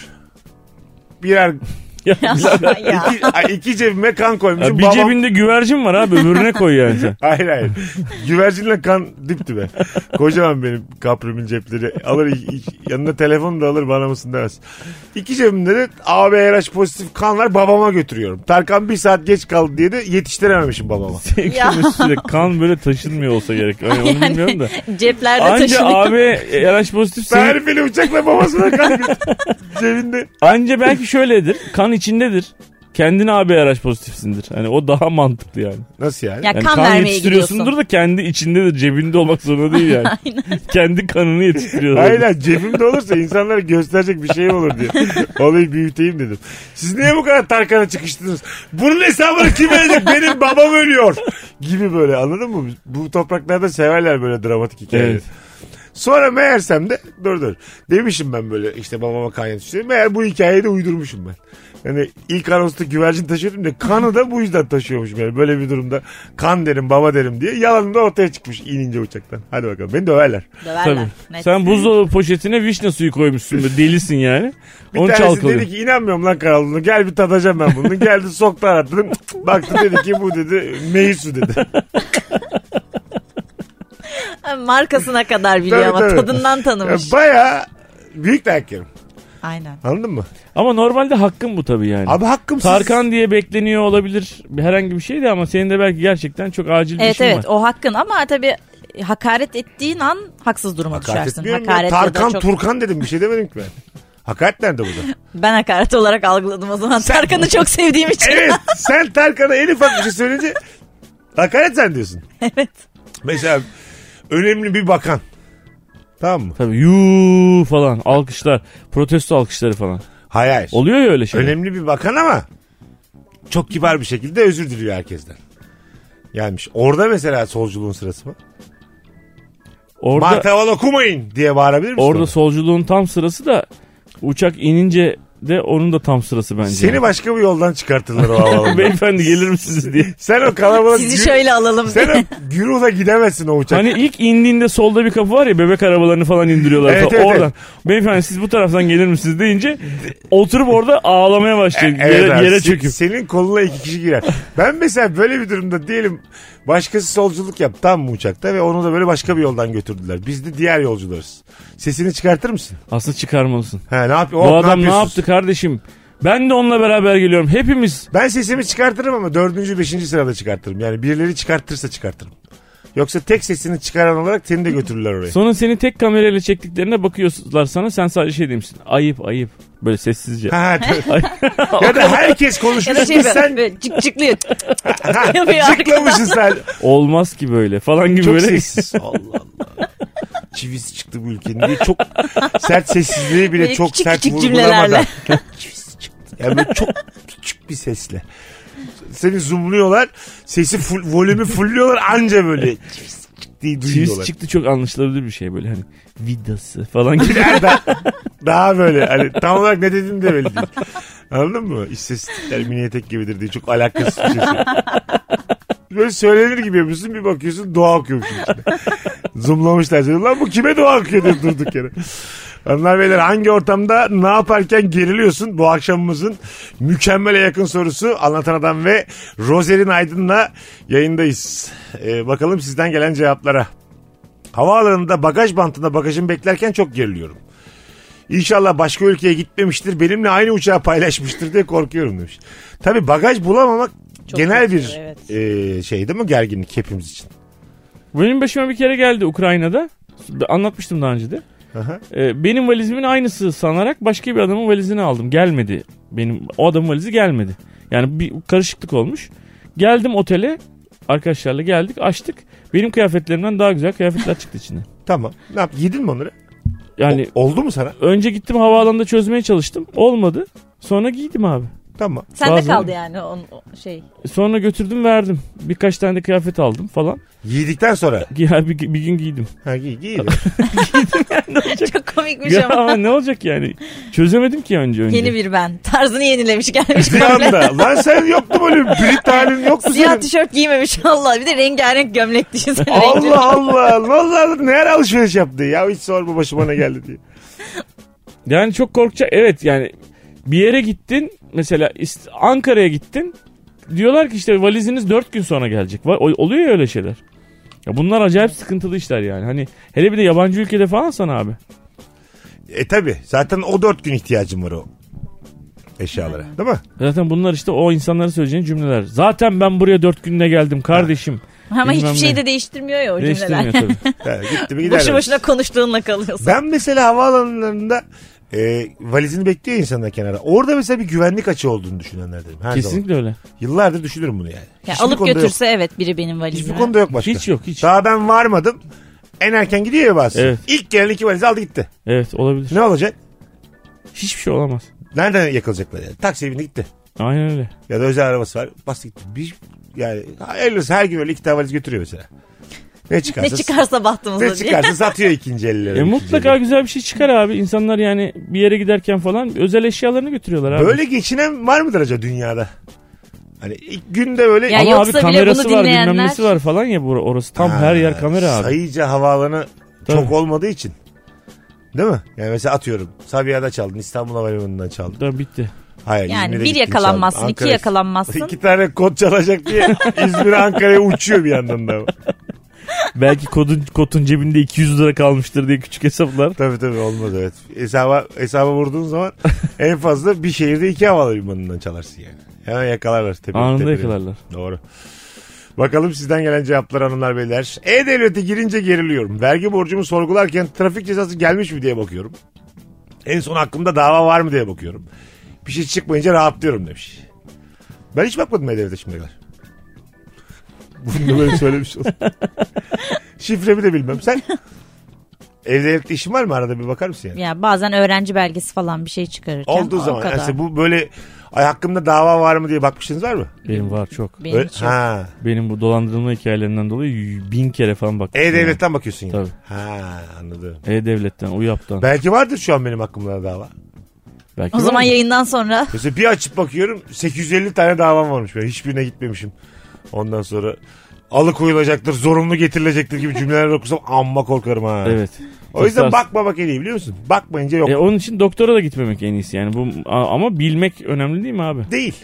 Birer Ya, ya. iki, ay, iki cebime kan koymuşum. ya bir Babam- cebinde güvercin var abi öbürüne koy yani sen. Hayır hayır. Güvercinle kan dip dibe. Kocaman benim kaprimin cepleri. Alır i- i- yanında telefonu da alır bana mısın demez. İki cebimde de A B R H pozitif kan var babama götürüyorum. Tarkan bir saat geç kaldı diye de yetiştirememişim babama. Sevgilinin üstüne kan böyle taşınmıyor olsa gerek. Yani onu bilmiyorum da. Ceplerde Anca taşınıyor. abi R H pozitif senin, Tarifeli uçakla babasına kan götür- cebinde. anca belki şöyledir. Kan içindedir. Kendine abi R H pozitifsindir. Hani o daha mantıklı yani. Nasıl yani? Ya Yani kan, kan, vermeye yetiştiriyorsundur gidiyorsun. da kendi içindedir. Cebinde olmak zorunda değil yani. Kendi kanını yetiştiriyorlar. Aynen cebimde olursa insanlara gösterecek bir şey olur diye. Olayı büyüteyim dedim. Siz niye bu kadar Tarkan'a çıkıştınız? Bunun hesabını kim verecek? Benim babam ölüyor. Gibi böyle anladın mı? Bu topraklarda severler böyle dramatik hikayeleri. Evet. Sonra meğersem de dur dur. Demişim ben böyle işte babama kan yetiştiriyorum. Meğer bu hikayeyi de uydurmuşum ben. Yani ilk anonsta güvercin taşıyordum da kanı da bu yüzden taşıyormuşum yani. Böyle bir durumda kan derim baba derim diye yalanım da ortaya çıkmış inince uçaktan. Hadi bakalım beni döverler. Döverler. Tabii. Net. Sen buzdolabı poşetine vişne suyu koymuşsun. Böyle delisin yani. Bir Onu tanesi çalkalıyor. dedi ki inanmıyorum lan karalığına gel bir tadacağım ben bunu. Geldi soktu arattırdım. Baktı dedi ki bu dedi meyve su dedi. Markasına kadar biliyor Tabii, ama tabii. tadından tanımış. Baya büyük dayak yerim. Aynen. Anladın mı? Ama normalde hakkın bu tabii yani. Abi hakkımsız. Tarkan diye bekleniyor olabilir herhangi bir şey de ama senin de belki gerçekten çok acil bir Evet işin evet var. o hakkın ama tabii hakaret ettiğin an haksız duruma Hakaret düşersin. etmiyorum ya. Hakaret ya da Tarkan çok... Turkan dedim bir şey demedim ki ben. Hakaret nerede burada? Ben hakaret olarak algıladım o zaman. Tarkan'ı çok sevdiğim için. Evet sen Tarkan'a en ufak bir şey söyleyince hakaret sen diyorsun. Evet. Mesela önemli bir bakan. Tamam mı? Tabii yuu falan alkışlar protesto alkışları falan. Hayır hayır. Oluyor ya öyle şeyler. Önemli bir bakan ama çok kibar bir şekilde özür diliyor herkesten. Gelmiş. Orada mesela solculuğun sırası mı? Orada, Martaval okumayın diye bağırabilir misin? orada ona? solculuğun tam sırası da uçak inince de onun da tam sırası bence. Seni başka bir yoldan çıkartırlar o havaalanında. Beyefendi gelir misiniz diye. Sen o kalabalık Sizi gü- şöyle alalım sen diye. o güruhla gidemezsin o uçak. Hani ilk indiğinde solda bir kapı var ya bebek arabalarını falan indiriyorlar. Evet, falan. evet, Oradan beyefendi siz bu taraftan gelir misiniz deyince oturup orada ağlamaya başlıyor. Evet yere, abi, yere se- çöküp. Senin koluna iki kişi girer. Ben mesela böyle bir durumda diyelim başkası solculuk yaptı tam mı uçakta ve onu da böyle başka bir yoldan götürdüler. Biz de diğer yolcularız. Sesini çıkartır mısın? Aslında çıkarmalısın. Ha ne yapıyor? Bu Hop, adam ne yapıyorsunuz? yaptı kardeşim? Ben de onunla beraber geliyorum. Hepimiz. Ben sesimi çıkartırım ama dördüncü, beşinci sırada çıkartırım. Yani birileri çıkartırsa çıkartırım. Yoksa tek sesini çıkaran olarak seni de götürürler oraya. Sonra seni tek kamerayla çektiklerine bakıyorlar sana. Sen sadece şey demişsin. Ayıp ayıp. Böyle sessizce. Ha, tabii. Ya da herkes Ya konuşmuş da şey biz böyle, sen böyle cık cıklıyor. yapıyor cıklamışsın sen. Olmaz ki böyle falan gibi Çok böyle. sessiz. Allah Allah. Çivisi çıktı bu ülkenin diye çok sert sessizliği bile Böyle çok küçük sert küçük vurgulamadan. cümlelerle. Çivisi çıktı. Yani böyle çok küçük bir sesle. Seni zoomluyorlar. Sesi full, volümü fullüyorlar anca böyle çivisi çıktı diye Çivis duyuyorlar. çıktı çok anlaşılabilir bir şey böyle hani vidası falan gibi. Yani daha, daha böyle hani tam olarak ne dediğini de belli değil. Anladın mı? İstatistikler mini etek gibidir diye çok alakasız bir şey söylüyor. Böyle söylenir gibi yapıyorsun bir bakıyorsun dua okuyormuşsun içinde. Zoomlamışlar seni. Lan bu kime dua okuyor diye durduk yere. Hanımlar beyler hangi ortamda ne yaparken geriliyorsun? Bu akşamımızın mükemmele yakın sorusu Anlatan Adam ve Rozerin Aydın'la yayındayız. Ee, bakalım sizden gelen cevaplara. Havaalanında bagaj bantında bagajımı beklerken çok geriliyorum. İnşallah başka ülkeye gitmemiştir. Benimle aynı uçağı paylaşmıştır diye korkuyorum demiş. Tabii bagaj bulamamak Çok genel kötü, bir evet. e, şey değil mi? Gerginlik hepimiz için. Benim başıma bir kere geldi Ukrayna'da. Anlatmıştım daha önce de. Aha. Ee, benim valizimin aynısı sanarak başka bir adamın valizini aldım. Gelmedi. Benim o adamın valizi gelmedi. Yani bir karışıklık olmuş. Geldim otele. Arkadaşlarla geldik, açtık. Benim kıyafetlerimden daha güzel kıyafetler çıktı içinden. Tamam. Ne yaptın? Giydin mi onları? Yani O, oldu mu sana? önce gittim havaalanında çözmeye çalıştım. Olmadı. Sonra giydim abi. Tamam. Sende Bazıları- kaldı yani o, o şey. Sonra götürdüm verdim. Birkaç tane de kıyafet aldım falan. Giydikten sonra. Gi- Bir, bir gün giydim. Ha giy giy. Çok komikmiş Ya ama. ama ne olacak yani? Çözemedim ki önce önce. Yeni bir ben. Tarzını yenilemiş gelmiş. Bir komple. anda. Lan sen yoktu böyle. Brit halin yoktu Siyah senin. tişört giymemiş Allah. Bir de rengarenk gömlek düşünsene. renkli. Allah Allah. Vallahi ne ara alışveriş yaptı ya. Hiç sorma başıma ne geldi diye. Yani çok korkacak. Evet yani bir yere gittin. Mesela İst- Ankara'ya gittin. Diyorlar ki işte valiziniz dört gün sonra gelecek. Va- ol- Oluyor ya öyle şeyler. Ya bunlar acayip sıkıntılı işler yani. Hani hele bir de yabancı ülkede falan sana abi. E tabi. Zaten o dört gün ihtiyacım var o eşyalara. Değil mi? Zaten bunlar işte o insanların söyleyeceğin cümleler. Zaten ben buraya dört günde geldim kardeşim. Ama Bilmem hiçbir şey ne. de değiştirmiyor ya o Değiştirmiyor cümleler. tabii. Yani gitti mi gider. Boşu boşuna konuştuğunla kalıyorsun. Ben mesela havaalanlarında e, valizini bekliyor insanlar kenara. Orada mesela bir güvenlik açığı olduğunu düşünenlerdenim. Her zaman. Kesinlikle öyle. Yıllardır düşünürüm bunu yani. Ya Hiçbir alıp konuda götürse evet biri benim Yok. valizimi. Hiçbir konuda yok başka. Hiç yok hiç. Daha ben varmadım. En erken gidiyor ya bazı. Evet. İlk gelen iki valizi aldı gitti. Evet olabilir. Ne olacak? Hiçbir şey olamaz. Nereden yakalayacaklar yani? Taksiye bindi gitti. Aynen öyle. Ya da özel arabası var. Bastı gitti. Bir, yani elbise her gün öyle iki tane valiz götürüyor mesela. Ne çıkarsa, Ne çıkarsa bahtımıza ne diye. çıkarsa satıyor ikinci ellilere. E ikinci mutlaka elleri. güzel bir şey çıkar abi. İnsanlar yani bir yere giderken falan özel eşyalarını götürüyorlar abi. Böyle geçinen var mıdır acaba dünyada? Hani ilk günde böyle... Ya Ama yoksa abi bile kamerası bunu var dinleyenler- bilmem nesi var falan ya bur- orası tam Ha, her yer kamera abi. Sayıca havaalanı Tabii. çok olmadığı için. Değil mi? Yani mesela atıyorum. Sabiha'da çaldın. İstanbul Havalimanı'ndan çaldın. Da bitti. Hayır, Yani İzmir'e bir gittin, yakalanmazsın, çaldın. iki Ankara- yakalanmazsın. İki tane kod çalacak diye İzmir Ankara'ya uçuyor bir yandan da. Belki kodun kotun cebinde iki yüz lira kalmıştır diye küçük hesaplar. Tabii tabii olmaz evet. Hesaba, hesaba vurduğun zaman en fazla bir şehirde iki havalimanından çalarsın yani. Hemen yakalarlar. Tepe, Anında tepe- yakalarlar. Doğru. Bakalım sizden gelen cevaplar hanımlar beyler. E-Devlet'e girince geriliyorum. Vergi borcumu sorgularken trafik cezası gelmiş mi diye bakıyorum. En son hakkımda dava var mı diye bakıyorum. Bir şey çıkmayınca rahatlıyorum demiş. Ben hiç bakmadım E-Devlet'e şimdiye kadar. Bunu da böyle söylemiş oldum. Şifremi de bilmem. Sen E-Devlet'te işin var mı? Arada bir bakar mısın yani? Ya bazen öğrenci belgesi falan bir şey çıkarırken. Olduğu o zaman. kadar. Yani bu böyle ay hakkımda dava var mı diye bakmışsınız var mı? Benim var çok. Benim Öyle- hiç yok. ha. Benim bu dolandırılma hikayelerinden dolayı bin kere falan baktım. E-Devlet'ten bakıyorsun yani. Tabii. Ha anladım. E-Devlet'ten, UYAP'tan. Belki vardır şu an benim hakkımda dava. Belki O zaman var mı? yayından sonra Mesela bir açıp bakıyorum sekiz yüz elli tane davam varmış. Ben hiçbirine gitmemişim. Ondan sonra alıkoyulacaktır, zorunlu getirilecektir gibi cümleler okusam amma korkarım ha. Evet. O yüzden Tırsars- bakmamak en iyi biliyor musun? Bakmayınca yok. E, onun için doktora da gitmemek en iyisi yani. Bu a- ama bilmek önemli değil mi abi? Değil.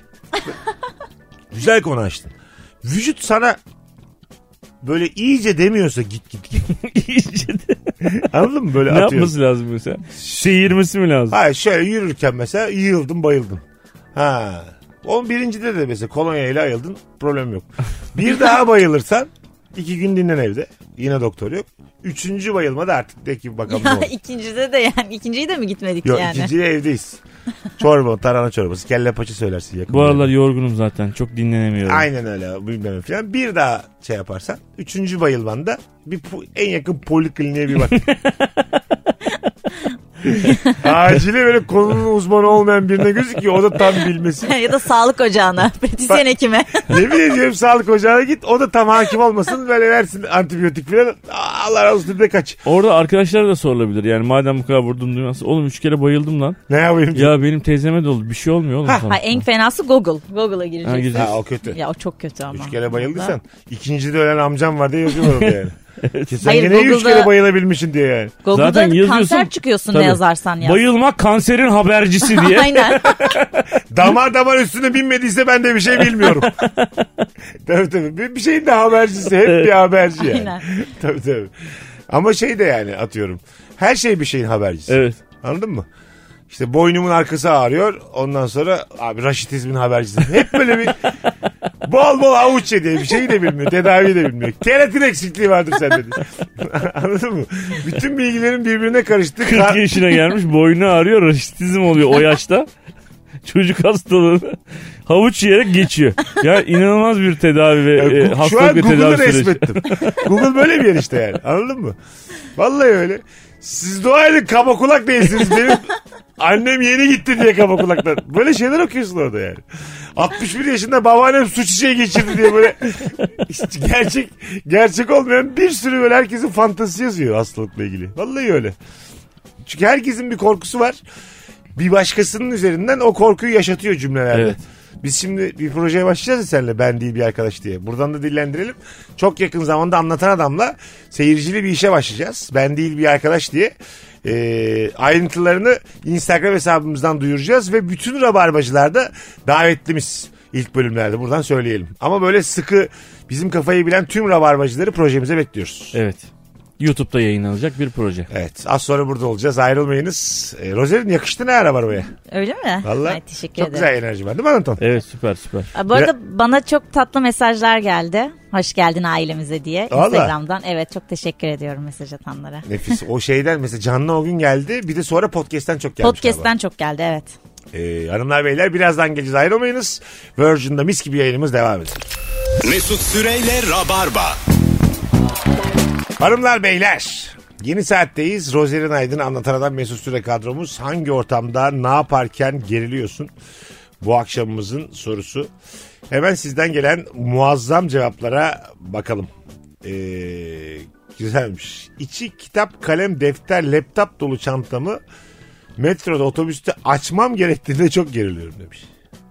Güzel konu açtın. Vücut sana böyle iyice demiyorsa git git git. İyice de- Anladın mı? Böyle ne atıyorsun. yapması lazım mesela? Seyirmesi mi lazım? Hayır şöyle yürürken mesela yığıldım bayıldım. Ha. On birincide de mesela kolonya ile ayıldın problem yok. Bir daha bayılırsan iki gün dinlen evde. Yine doktor yok. Üçüncü bayılmada artık de ki bakalım ne ya olur. ikincide de yani ikinciyi de mi gitmedik Yok yani? ikinciye evdeyiz. Çorba, tarhana çorbası, kelle paça söylersin yakın. Bu aralar yorgunum zaten. Çok dinlenemiyorum. Aynen öyle bilmem falan. Bir daha şey yaparsan üçüncü bayılmanda bir po- en yakın polikliniğe bir bak. Acile böyle konunun uzmanı olmayan birine gözüküyor. O da tam bilmesin. ya da sağlık ocağına, pratisyen hekime. Yemin ediyorum sağlık ocağına git. O da tam hakim olmasın. Böyle versin antibiyotik falan. Allah razı olsun de kaç. Orada arkadaşlara da sorulabilir. Yani madem bu kadar vurdum duymazsın. Oğlum üç kere bayıldım lan. Ne yapayım? Ya benim teyzeme de oldu. Bir şey olmuyor oğlum. falan. Ha, en fenası Google. Google'a gireceksin. Ha, gireceksin. Ha, o kötü. Ya o çok kötü ama. Üç kere bayıldıysan. İkincide ölen amcam var diye yazıyorlar orada yani. Ki sen Hayır, yine üç Google'da- kere bayılabilmişsin diye yani. Google'da Zaten yazıyorsun. kanser çıkıyorsun Tabii. ne yazarsan yaz. Bayılmak kanserin habercisi diye. Aynen. Damar damar üstüne binmediyse ben de bir şey bilmiyorum. tabii tabii. Bir, bir şeyin de habercisi. Hep bir haberci yani. Aynen. tabii tabii. Ama şey de yani atıyorum. Her şey bir şeyin habercisi. Evet. Anladın mı? İşte boynumun arkası ağrıyor. Ondan sonra abi raşitizmin habercisi. Hep böyle bir Bol bol havuç ye diye bir şeyi de bilmiyor. Tedaviyi de bilmiyor. Keratin eksikliği vardır sende diye. Anladın mı? Bütün bilgilerin birbirine karıştı. kırk yaşına gelmiş, boynu ağrıyor, raşitizm oluyor o yaşta. Çocuk hastalığını havuç yiyerek geçiyor. Ya inanılmaz bir tedavi ve Yani, e, şu an hastalık ve Google'ı tedavi süreci. resmettim. Google böyle bir yer işte yani. Anladın mı? Vallahi öyle. Siz dua edin kaba kulak değilsiniz. Benim annem yeni gitti diye kaba kulaktan. Böyle şeyler okuyorsun orada yani. altmış bir yaşında babaannem su çiçeği geçirdi diye böyle işte gerçek gerçek olmayan bir sürü böyle herkesin fantazisi yazıyor hastalıkla ilgili. Vallahi öyle. Çünkü herkesin bir korkusu var. Bir başkasının üzerinden o korkuyu yaşatıyor cümlelerde. Evet. Biz şimdi bir projeye başlayacağız ya seninle, ben değil bir arkadaş diye. Buradan da dillendirelim. Çok yakın zamanda Anlatan Adam'la seyircili bir işe başlayacağız. Ben değil bir arkadaş diye. Ee, ayrıntılarını Instagram hesabımızdan duyuracağız ve bütün rabarbacılar da davetlimiz ilk bölümlerde, buradan söyleyelim. Ama böyle sıkı bizim kafayı bilen tüm rabarbacıları projemize bekliyoruz. Evet. YouTube'da yayınlanacak bir proje. Evet, az sonra burada olacağız, ayrılmayınız. Ee, Rozer'in yakıştı ne ara arabaya? Öyle mi? Vallahi Ay, teşekkür çok ederim. güzel enerji var değil mi Anton? Evet, süper süper. Bu arada bana çok tatlı mesajlar geldi. Hoş geldin ailemize diye. Vallahi. Instagram'dan. Evet, çok teşekkür ediyorum mesaj atanlara. Nefis. O şeyden mesela canlı o gün geldi. Bir de sonra podcast'ten çok gelmiş. Podcast'ten çok geldi, evet. Ee, hanımlar beyler birazdan geleceğiz, ayrılmayınız. Virgin'da mis gibi yayınımız devam edecek. Mesut Süreyle Rabarba. Hanımlar beyler, yeni saatteyiz. Rozerin Aydın, Anlatan Adam, Mesut Süre kadromuz. Hangi ortamda ne yaparken geriliyorsun? Bu akşamımızın sorusu. Hemen sizden gelen muazzam cevaplara bakalım. Ee, güzelmiş. İçi kitap, kalem, defter, laptop dolu çantamı metroda, otobüste açmam gerektiğinde çok geriliyorum demiş.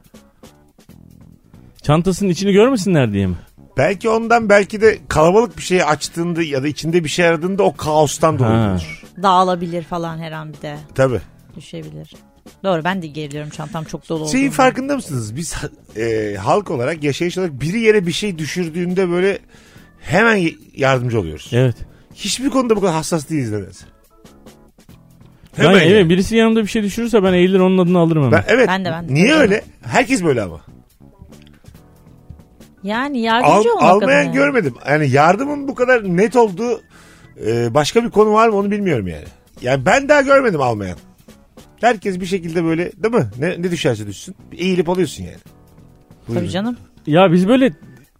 Çantasının içini görmesinler diye mi? Belki ondan, belki de kalabalık bir şeyi açtığında ya da içinde bir şey aradığında o kaostan dolayı Ha. olur. Dağılabilir falan her an bir de. Tabii. Düşebilir. Doğru, ben de geriliyorum, çantam çok dolu olduğunda. Şeyin farkında mısınız? Biz e, halk olarak, yaşayış olarak biri yere bir şey düşürdüğünde böyle hemen yardımcı oluyoruz. Evet. Hiçbir konuda bu kadar hassas değiliz nedense. Ben, Hemen evet, yani. birisi yanımda bir şey düşürürse ben eğilir onun adını alırım hemen. Ben, evet. Ben de, ben de. Niye Ben de. öyle? Herkes böyle ama. Yani Al, yardımcı olmak almayan adına. görmedim. Yani yardımın bu kadar net olduğu e, başka bir konu var mı onu bilmiyorum yani. Yani ben daha görmedim almayan. Herkes bir şekilde böyle, değil mi? Ne, ne düşerse düşsün. Eğilip alıyorsun yani. Buyurun. Tabii canım. Ya biz böyle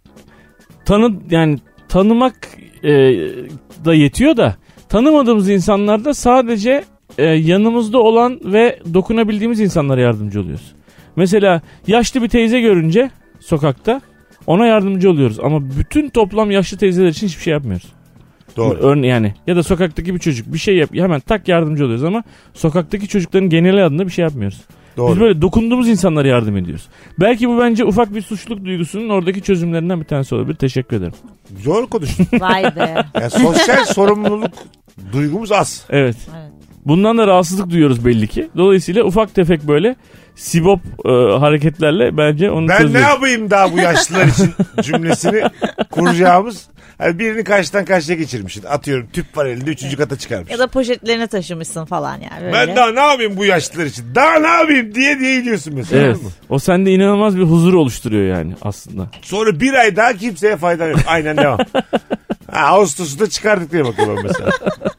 tanı yani tanımak e, da yetiyor da tanımadığımız insanlarda sadece e, yanımızda olan ve dokunabildiğimiz insanlara yardımcı oluyoruz. Mesela yaşlı bir teyze görünce sokakta ona yardımcı oluyoruz ama bütün toplam yaşlı teyzeler için hiçbir şey yapmıyoruz. Doğru. Örne yani ya da sokaktaki bir çocuk bir şey yap, hemen tak yardımcı oluyoruz ama sokaktaki çocukların geneli adına bir şey yapmıyoruz. Doğru. Biz böyle dokunduğumuz insanlara yardım ediyoruz. Belki bu bence ufak bir suçluluk duygusunun oradaki çözümlerinden bir tanesi olabilir. Teşekkür ederim. Zor konuştun. Vay be. Yani sosyal sorumluluk duygumuz az. Evet. Evet. Bundan da rahatsızlık duyuyoruz belli ki. Dolayısıyla ufak tefek böyle sibop e, hareketlerle bence onu Ben çözüyoruz. ne yapayım daha bu yaşlılar için cümlesini kuracağımız. Yani birini karşıdan karşıya geçirmişsin. Atıyorum tüp var elinde, üçüncü kata çıkarmışsın. Ya da poşetlerini taşımışsın falan yani. Böyle. Ben daha ne yapayım bu yaşlılar için? Daha ne yapayım diye diye gidiyorsun mesela. Evet. anladın mı? O sende inanılmaz bir huzur oluşturuyor yani aslında. Sonra bir ay daha kimseye fayda yok. Aynen devam. Ha, Ağustos'u da çıkardık diye bakıyorum mesela.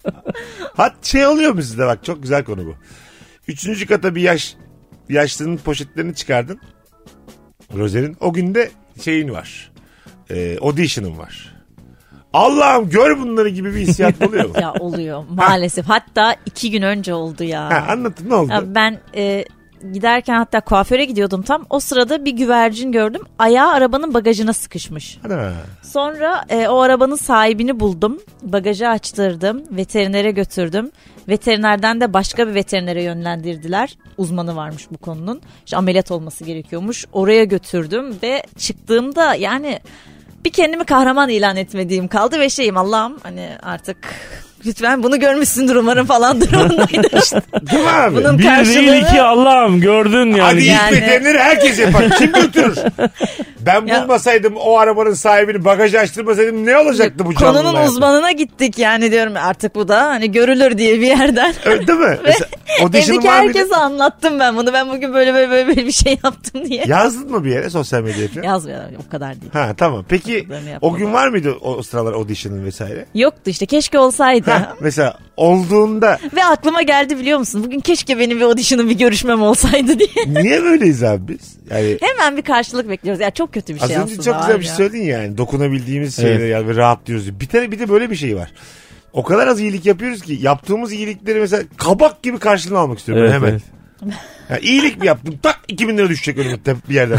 Hat şey oluyor mu sizde, bak çok güzel konu bu. Üçüncü kata bir yaş yaşlının poşetlerini çıkardın. Rozer'in o günde şeyin var. E, audition'ın var. Allah'ım gör bunları gibi bir hissiyat oluyor mu? Ya oluyor maalesef. Hatta iki gün önce oldu ya. Ha, anlatın ne oldu? Ya ben e, giderken hatta kuaföre gidiyordum tam. O sırada bir güvercin gördüm. Ayağı arabanın bagajına sıkışmış. Ana. Sonra e, o arabanın sahibini buldum. Bagajı açtırdım. Veterinere götürdüm. Veterinerden de başka bir veterinere yönlendirdiler. Uzmanı varmış bu konunun. İşte ameliyat olması gerekiyormuş. Oraya götürdüm ve çıktığımda yani bir kendimi kahraman ilan etmediğim kaldı ve şeyim Allah'ım hani artık lütfen bunu görmüşsündür umarım falan durumundaydı işte. Değil mi abi? Bunun Bir karşılığı değil iki Allah'ım gördün yani. Hadi Yani- ilk veterineri herkes yapar. Kim götürür? Ben Ya- bulmasaydım o arabanın sahibini, bagajı açtırmasaydım ne olacaktı bu canlının Konunun hayatı? uzmanına gittik yani diyorum artık bu da hani görülür diye bir yerden. Öyle değil mi? Mesela, audition'ın Evdeki var mıydı? herkese anlattım ben bunu. Ben bugün böyle böyle böyle, böyle bir şey yaptım diye. Yazdın mı bir yere sosyal medyaya falan? Yazmıyor o kadar değil. Ha tamam. Peki Kadarını o yapmadım. gün var mıydı o, o sıralar audition'ın vesaire? Yoktu işte keşke olsaydı. Ha, mesela olduğunda Ve aklıma geldi biliyor musun? Bugün keşke benim bir audition'ım bir görüşmem olsaydı diye. niye böyleyiz abi biz? Yani Hemen bir karşılık bekliyoruz. Ya çok kötü bir az şey önce aslında. çok güzel var bir şey ya. söyledin yani. Dokunabildiğimiz Evet. şeyler yani ve rahatlıyoruz. Bir tane bir de böyle bir şey var. O kadar az iyilik yapıyoruz ki yaptığımız iyilikleri mesela kabak gibi karşılığını almak istiyorum ben Evet, hemen. evet. Yani iyilik mi yaptım? Tak iki bin lira düşecek önüme bir yerden.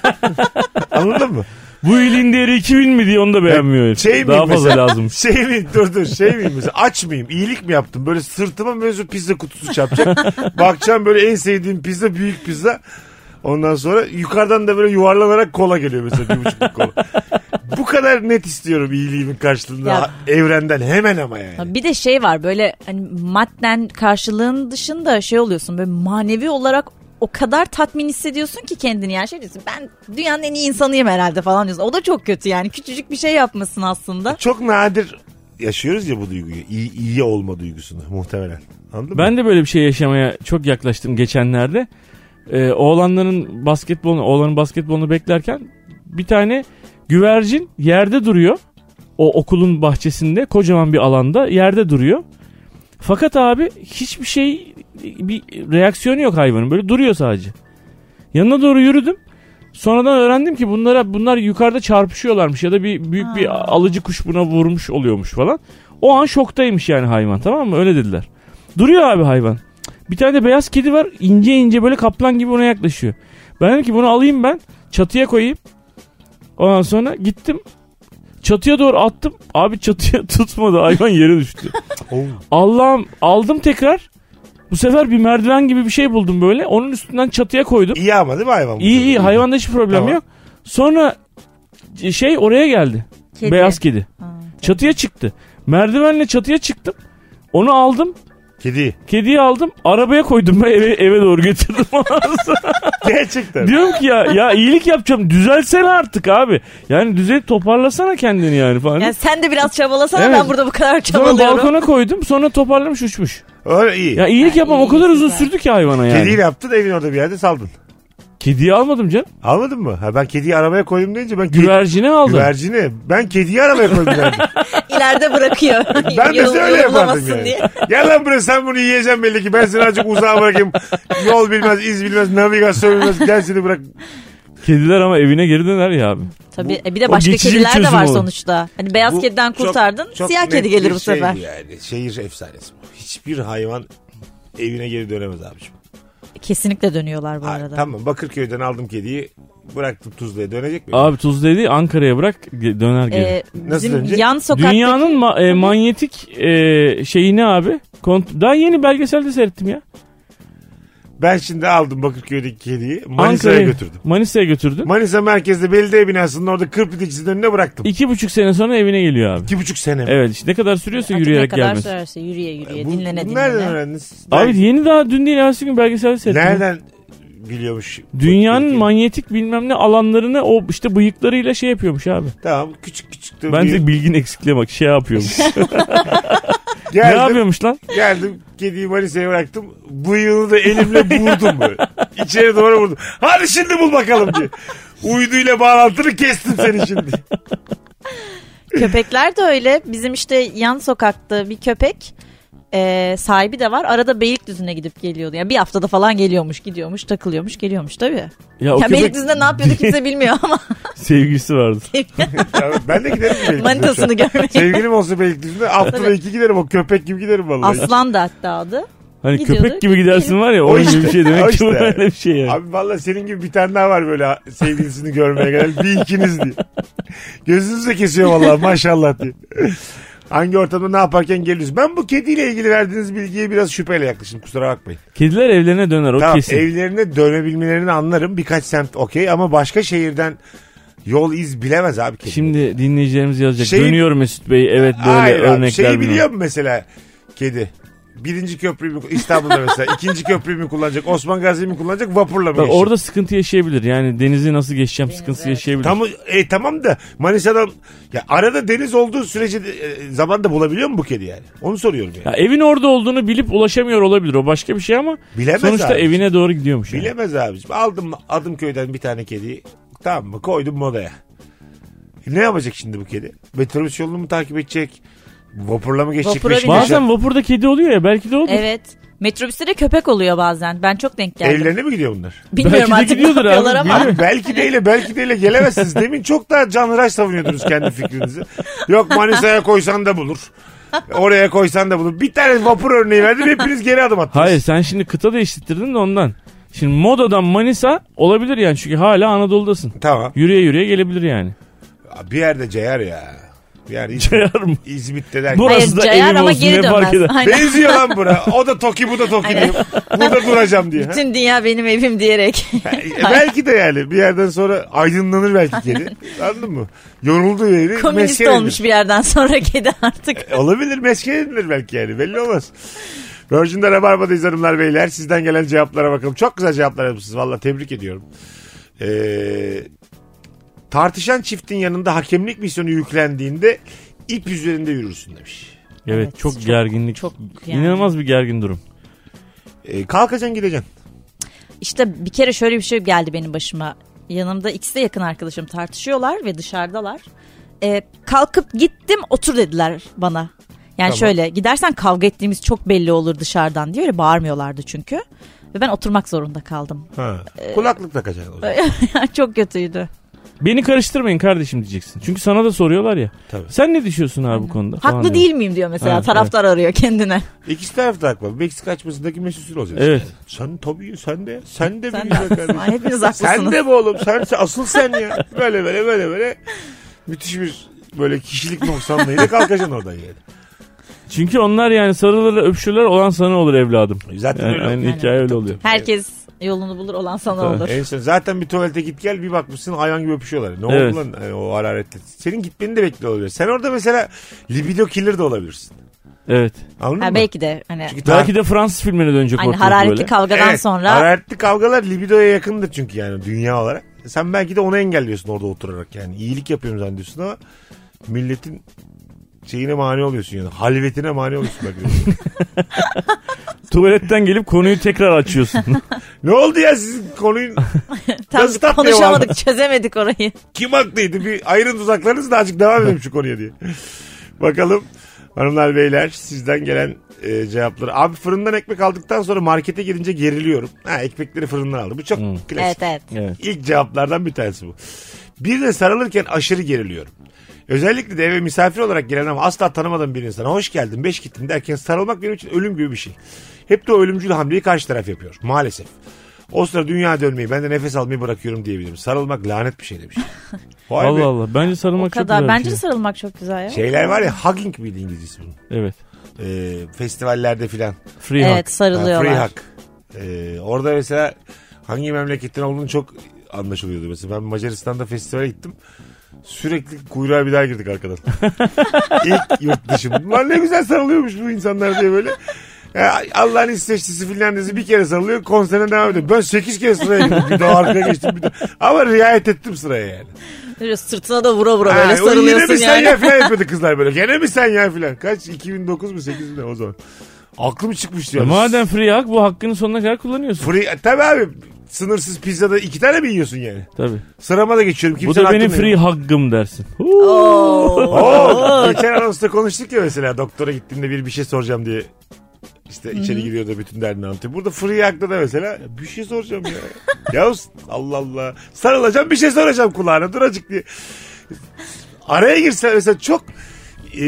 Anladın mı? Bu iyiliğin değeri iki bin mi diye onu da beğenmiyor. herif. Şey miyim Daha fazla mesela? lazım. Şey miyim? Dur dur. Şey miyim mesela? Aç mıyım? İyilik mi yaptım? Böyle sırtıma mevzu pizza kutusu çarpacak. Bakacağım böyle en sevdiğim pizza büyük pizza. Ondan sonra yukarıdan da böyle yuvarlanarak kola geliyor mesela bir buçuk kola. Bu kadar net istiyorum iyiliğimin karşılığında Ya- evrenden hemen ama yani. Ha, bir de şey var böyle hani madden karşılığın dışında şey oluyorsun böyle manevi olarak o kadar tatmin hissediyorsun ki kendini yani şey diyorsun ben dünyanın en iyi insanıyım herhalde falan diyorsun. O da çok kötü yani küçücük bir şey yapmışsın aslında. Çok nadir yaşıyoruz ya bu duyguyu. İyi, iyi olma duygusunu muhtemelen. Anladın mı? Ben de böyle bir şey yaşamaya çok yaklaştım geçenlerde. Ee, oğlanların basketbolunu, oğlanın basketbolunu beklerken bir tane güvercin yerde duruyor. O okulun bahçesinde kocaman bir alanda yerde duruyor. Fakat abi hiçbir şey bir reaksiyonu yok hayvanın. Böyle duruyor sadece. Yanına doğru yürüdüm. Sonradan öğrendim ki bunlara bunlar yukarıda çarpışıyorlarmış ya da bir büyük bir alıcı kuş buna vurmuş oluyormuş falan. O an şoktaymış yani hayvan, tamam mı? Öyle dediler. Duruyor abi hayvan. Bir tane de beyaz kedi var. İnce ince böyle kaplan gibi ona yaklaşıyor. Ben dedim ki bunu alayım ben. Çatıya koyayım. Ondan sonra gittim. Çatıya doğru attım. Abi çatıya tutmadı. Hayvan yere düştü. Oo. Allah'ım aldım tekrar. Bu sefer bir merdiven gibi bir şey buldum böyle. Onun üstünden çatıya koydum. İyi ama değil mi hayvan? bu İyi sefer? iyi hayvanda hiç problem Tamam. yok. Sonra şey oraya geldi. Kedi. Beyaz kedi. Ha, Çatıya çıktı. Merdivenle çatıya çıktım. Onu aldım. Kedi. Kediyi aldım. Arabaya koydum ben eve, eve doğru getirdim. Gerçekten. Diyorum ki ya ya iyilik yapacağım. Düzelsene artık abi. Yani düzelip toparlasana kendini yani falan. Yani sen de biraz çabalasana Evet. ben burada bu kadar Sonra çabalıyorum. balkona koydum. Sonra toparlamış uçmuş. Öyle iyi. Ya iyilik yapmam iyi, o kadar uzun güzel. sürdü ki hayvana yani. Kediyle yaptın evin orada bir yerde saldın. Kediyi almadım canım. Almadın mı? Ha, ben kediyi arabaya koydum deyince ben kedi... Güvercini aldım. Güvercini. Ben kediyi arabaya koydum derdim. İleride bırakıyor. Ben de Yorul- öyle yapardım yorulamasın yani. diye. Gel lan buraya sen bunu yiyeceksin belli ki. Ben seni azıcık uzağa bırakayım. Yol bilmez, iz bilmez, navigasyon bilmez. Gel seni bırak. Kediler ama evine geri döner ya abi. Tabii e bir de o başka geçici bir kediler de çözüm var olur. sonuçta. Hani beyaz Bu kediden çok- kurtardın çok siyah net kedi bir gelir bu şey sefer. Yani. Şehir efsanesi bu. Hiçbir hayvan evine geri dönemez abiciğim. Kesinlikle dönüyorlar bu Ha, arada. tamam Bakırköy'den aldım kediyi. Bıraktım Tuzla'ya dönecek mi? Abi Tuzla değil Ankara'ya bırak ge- döner geri. Ee, Nasıl bizim dönecek? yan sokaktaki... Dünyanın ma- e, manyetik e, şeyi ne abi? Kont- Daha yeni belgeselde seyrettim ya. Ben şimdi aldım Bakırköy'deki kediyi. Manisa'ya Ankara'ya götürdüm. Manisa'ya götürdüm. Manisa merkezde belediye binasının orada kırp bitikçisinin önüne bıraktım. İki buçuk sene sonra evine geliyor abi. İki buçuk sene mi? Evet işte ne kadar sürüyorsa Artık yürüyerek ne kadar gelmesi. sürerse yürüye yürüye Bu- dinlene bu dinlene. Nereden öğrendiniz? Abi yeni daha dün değil evvelsi gün belgeselde seyrettim. Nereden biliyormuş? Dünyanın Bakırköy? manyetik bilmem ne alanlarını o işte bıyıklarıyla şey yapıyormuş abi. Tamam küçük küçük de Ben bir- de bilgin eksikliğe bak şey yapıyormuş. ne geldim, yapıyormuş lan? geldim kediyi Manisa'ya bıraktım. Bıyığını da elimle vurdum böyle. İçeri doğru vurdum. Hadi şimdi bul bakalım diye. Uyduyla bağlantını kestim seni şimdi. Köpekler de öyle. Bizim işte yan sokakta bir köpek e, sahibi de var. Arada Beylikdüzü'ne gidip geliyordu. Yani bir haftada falan geliyormuş, gidiyormuş, takılıyormuş, geliyormuş tabii. Ya Ya, o köpek Beylikdüzü'nde ne yapıyordu kimse bilmiyor ama sevgilisi vardı. Ya ben de giderim Beylikdüzü'ne. manitasını görmeye. Sevgilim olsa Beylikdüzü'nde haftada Tabii. iki giderim. O köpek gibi giderim vallahi. Aslan da hatta adı. Hani Gidiyordu, köpek gibi gidersin var ya O onun işte, gibi bir şey o demek ki işte. böyle bir şey yani. Abi valla senin gibi bir tane daha var böyle sevgilisini görmeye gelen. Bir ikiniz diye. Gözünüzü de kesiyor valla maşallah diye. Hangi ortamda ne yaparken geliyorsun? Ben bu kediyle ilgili verdiğiniz bilgiye biraz şüpheyle yaklaştım. Kusura bakmayın. Kediler evlerine döner o Tamam kesin. evlerine dönebilmelerini anlarım. Birkaç semt okey ama başka şehirden yol iz bilemez abi kedi. Şimdi dinleyicilerimiz yazacak. Şey- Dönüyor Mesut Bey. Evet böyle Hayır abi, örnekler. şeyi bilmem. biliyor mu mesela kedi? birinci köprüyü mü İstanbul'da mesela ikinci köprüyü mü kullanacak, Osman Gazi'yi mi kullanacak, vapurla mı Bak, geçecek? orada sıkıntı yaşayabilir. Yani denizi nasıl geçeceğim Deniz, sıkıntısı evet. yaşayabilir. Tamam, e, tamam da Manisa'dan ya arada deniz olduğu sürece e, zamanda bulabiliyor mu bu kedi yani? Onu soruyorum yani. Ya evin orada olduğunu bilip ulaşamıyor olabilir. O başka bir şey ama Bilemez sonuçta abi. evine doğru gidiyormuş. Yani. Bilemez abiciğim. Aldım Adımköy'den bir tane kediyi. Tamam mı? Koydum modaya. Ne yapacak şimdi bu kedi? Metrobüs yolunu mu takip edecek? Vapurla mı geçecek? Vapura Beşik binecek. yaşa- Bazen vapurda kedi oluyor ya, belki de odur. Evet. Metrobüste de köpek oluyor bazen. Ben çok denk geldim. Evlerine mi gidiyor bunlar? Bilmiyorum Belki de artık ne gidiyordur abi, yapıyorlar ama. bilmiyorum. Abi belki de ile belki de ile gelemezsiniz. Demin çok daha canhıraş savunuyordunuz kendi fikrinizi. Yok Manisa'ya koysan da bulur. Oraya koysan da bulur. Bir tane vapur örneği verdim, hepiniz geri adım attınız. Hayır, sen şimdi kıta değiştirdin de ondan. Şimdi Moda'dan Manisa olabilir yani, çünkü hala Anadolu'dasın. Tamam. Yürüye yürüye gelebilir yani. Bir yerde cayar ya. Bir yer İzmit, Cayar mı? İzmit'te der. Burası Hayır, da cayar evim ama olsun, geri ne fark dönmez. eder? Aynen. Benziyor lan bura. O da Toki, bu da Toki diyeyim. Burada duracağım diye. ha? Bütün dünya benim evim diyerek. E, belki de yani bir yerden sonra aydınlanır belki kedi. Anladın mı? Yoruldu yani. Komünist mesken olmuş edilir. bir yerden sonra kedi artık. Olabilir, mesken edilir belki yani. Belli olmaz. Virgin'de Rabarba'dayız hanımlar beyler. Sizden gelen cevaplara bakalım. Çok güzel cevaplar yapmışsınız. Valla tebrik ediyorum. Ee, tartışan çiftin yanında hakemlik misyonu yüklendiğinde ip üzerinde yürürsün demiş. Evet, Evet, çok, çok- gerginlik. çok yani. İnanılmaz bir gergin durum. Ee, kalkacaksın gideceksin. İşte bir kere şöyle bir şey geldi benim başıma. Yanımda ikisi de yakın arkadaşım tartışıyorlar ve dışarıdalar. Ee, kalkıp gittim otur dediler bana. Yani Tamam. şöyle gidersen kavga ettiğimiz çok belli olur dışarıdan diye, öyle bağırmıyorlardı çünkü. Ve ben oturmak zorunda kaldım. Ha. Kulaklık takacaksın o zaman. Çok kötüydü. Beni karıştırmayın kardeşim diyeceksin. Çünkü sana da soruyorlar ya. Tabii. Sen ne düşünüyorsun abi bu konuda? falan Haklı diyor. değil miyim diyor mesela, Evet, taraftar arıyor kendine. İkisi tarafı da haklı. Meksika açmasındaki Mesut Süre olacaksın. Evet. Sen tabii sen de. Sen de Sen bir de güzel haklısın. kardeşim. Hepiniz Sen haklısınız. de mi oğlum? Sen, sen- asıl sen ya. Böyle böyle böyle böyle. Müthiş bir böyle kişilik noksanlığıyla kalkacaksın oradan yani. Çünkü onlar yani sarılır öpüşürler, olan sana olur evladım. Zaten Yani, öyle. yani Aynen. hikaye öyle oluyor. Herkes yolunu bulur, olan sana Tabii. olur. En son zaten bir tuvalete git gel, bir bakmışsın hayvan gibi öpüşüyorlar. Ne Evet. oldu lan yani o hararetle? Senin gitmeni de bekliyor olabilir. Sen orada mesela libido killer de olabilirsin. Evet. Anladın Ha, mı? belki de hani Çünkü Belki de Fransız filmine dönecek hani ortalık hararetli böyle. kavgadan Evet, sonra hararetli kavgalar libidoya yakındır çünkü yani dünya olarak. Sen belki de onu engelliyorsun orada oturarak yani. İyilik yapıyorum zannediyorsun ama milletin şeyine mani oluyorsun yani. Halvetine mani oluyorsun belki. Tuvaletten gelip konuyu tekrar açıyorsun. Ne oldu ya sizin konuyu? tam Nasıl tatlı konuşamadık, devam? çözemedik orayı. Kim haklıydı? Bir ayırın tuzaklarınızı da azıcık devam edelim şu konuya diye. Bakalım hanımlar beyler sizden gelen e, cevapları. Abi fırından ekmek aldıktan sonra markete girince geriliyorum. Ha, ekmekleri fırından aldım. Bu çok Hmm. klasik. Evet evet. Evet. İlk cevaplardan bir tanesi bu. Birine sarılırken aşırı geriliyorum. Özellikle de eve misafir olarak gelen ama asla tanımadığım bir insana hoş geldin, beş gittin derken sarılmak benim için ölüm gibi bir şey. Hep de o ölümcül hamleyi karşı taraf yapıyor. Maalesef. O sıra dünya dönmeyi, ben de nefes almayı bırakıyorum diyebilirim. Sarılmak lanet bir şey demiş. Vay Allah be. Allah. Bence O sarılmak çok kadar. güzel bir Bence şey. de sarılmak çok güzel ya. Şeyler var ya, hugging miydi İngilizcesi bunun? Evet. Ee, festivallerde filan. Free Evet, hug. sarılıyorlar. Ha, free hug. Ee, orada mesela hangi memleketten olduğunu çok anlaşılıyordu. Mesela ben Macaristan'da festivale gittim. Sürekli kuyruğa bir daha girdik arkadan. İlk yurt dışım. Lan ne güzel sarılıyormuş bu insanlar diye böyle. Ya Allah'ın İsveçlisi Finlandiyası bir kere sarılıyor, konserine devam ediyor. Ben sekiz kere sıraya girdim. Bir daha arkaya geçtim. Bir daha. Ama riayet ettim sıraya yani. Böyle sırtına da vura vura Ha, böyle o yine sarılıyorsun mi sen yani. ya filan yapıyordu kızlar böyle. Gene mi sen ya filan. Kaç? iki bin dokuz mu sekiz mi ne o zaman? Aklım çıkmış E ya. madem free hug, bu hakkını sonuna kadar kullanıyorsun. Free, tabii abi. Sınırsız pizzada iki tane mi yiyorsun yani? Tabii. Sırama da geçiyorum. Bu Kimsenin da benim hakkında free yok. hugg'ım dersin. Oo. Oo, geçen anonsta konuştuk ya mesela, doktora gittiğinde bir bir şey soracağım diye. İşte içeri giriyor da bütün derdini anlatıyor. Burada free hug'da da mesela bir şey soracağım ya. Ya Allah Allah. Sarılacağım, bir şey soracağım kulağına. Dur azıcık diye. Araya girse mesela çok e,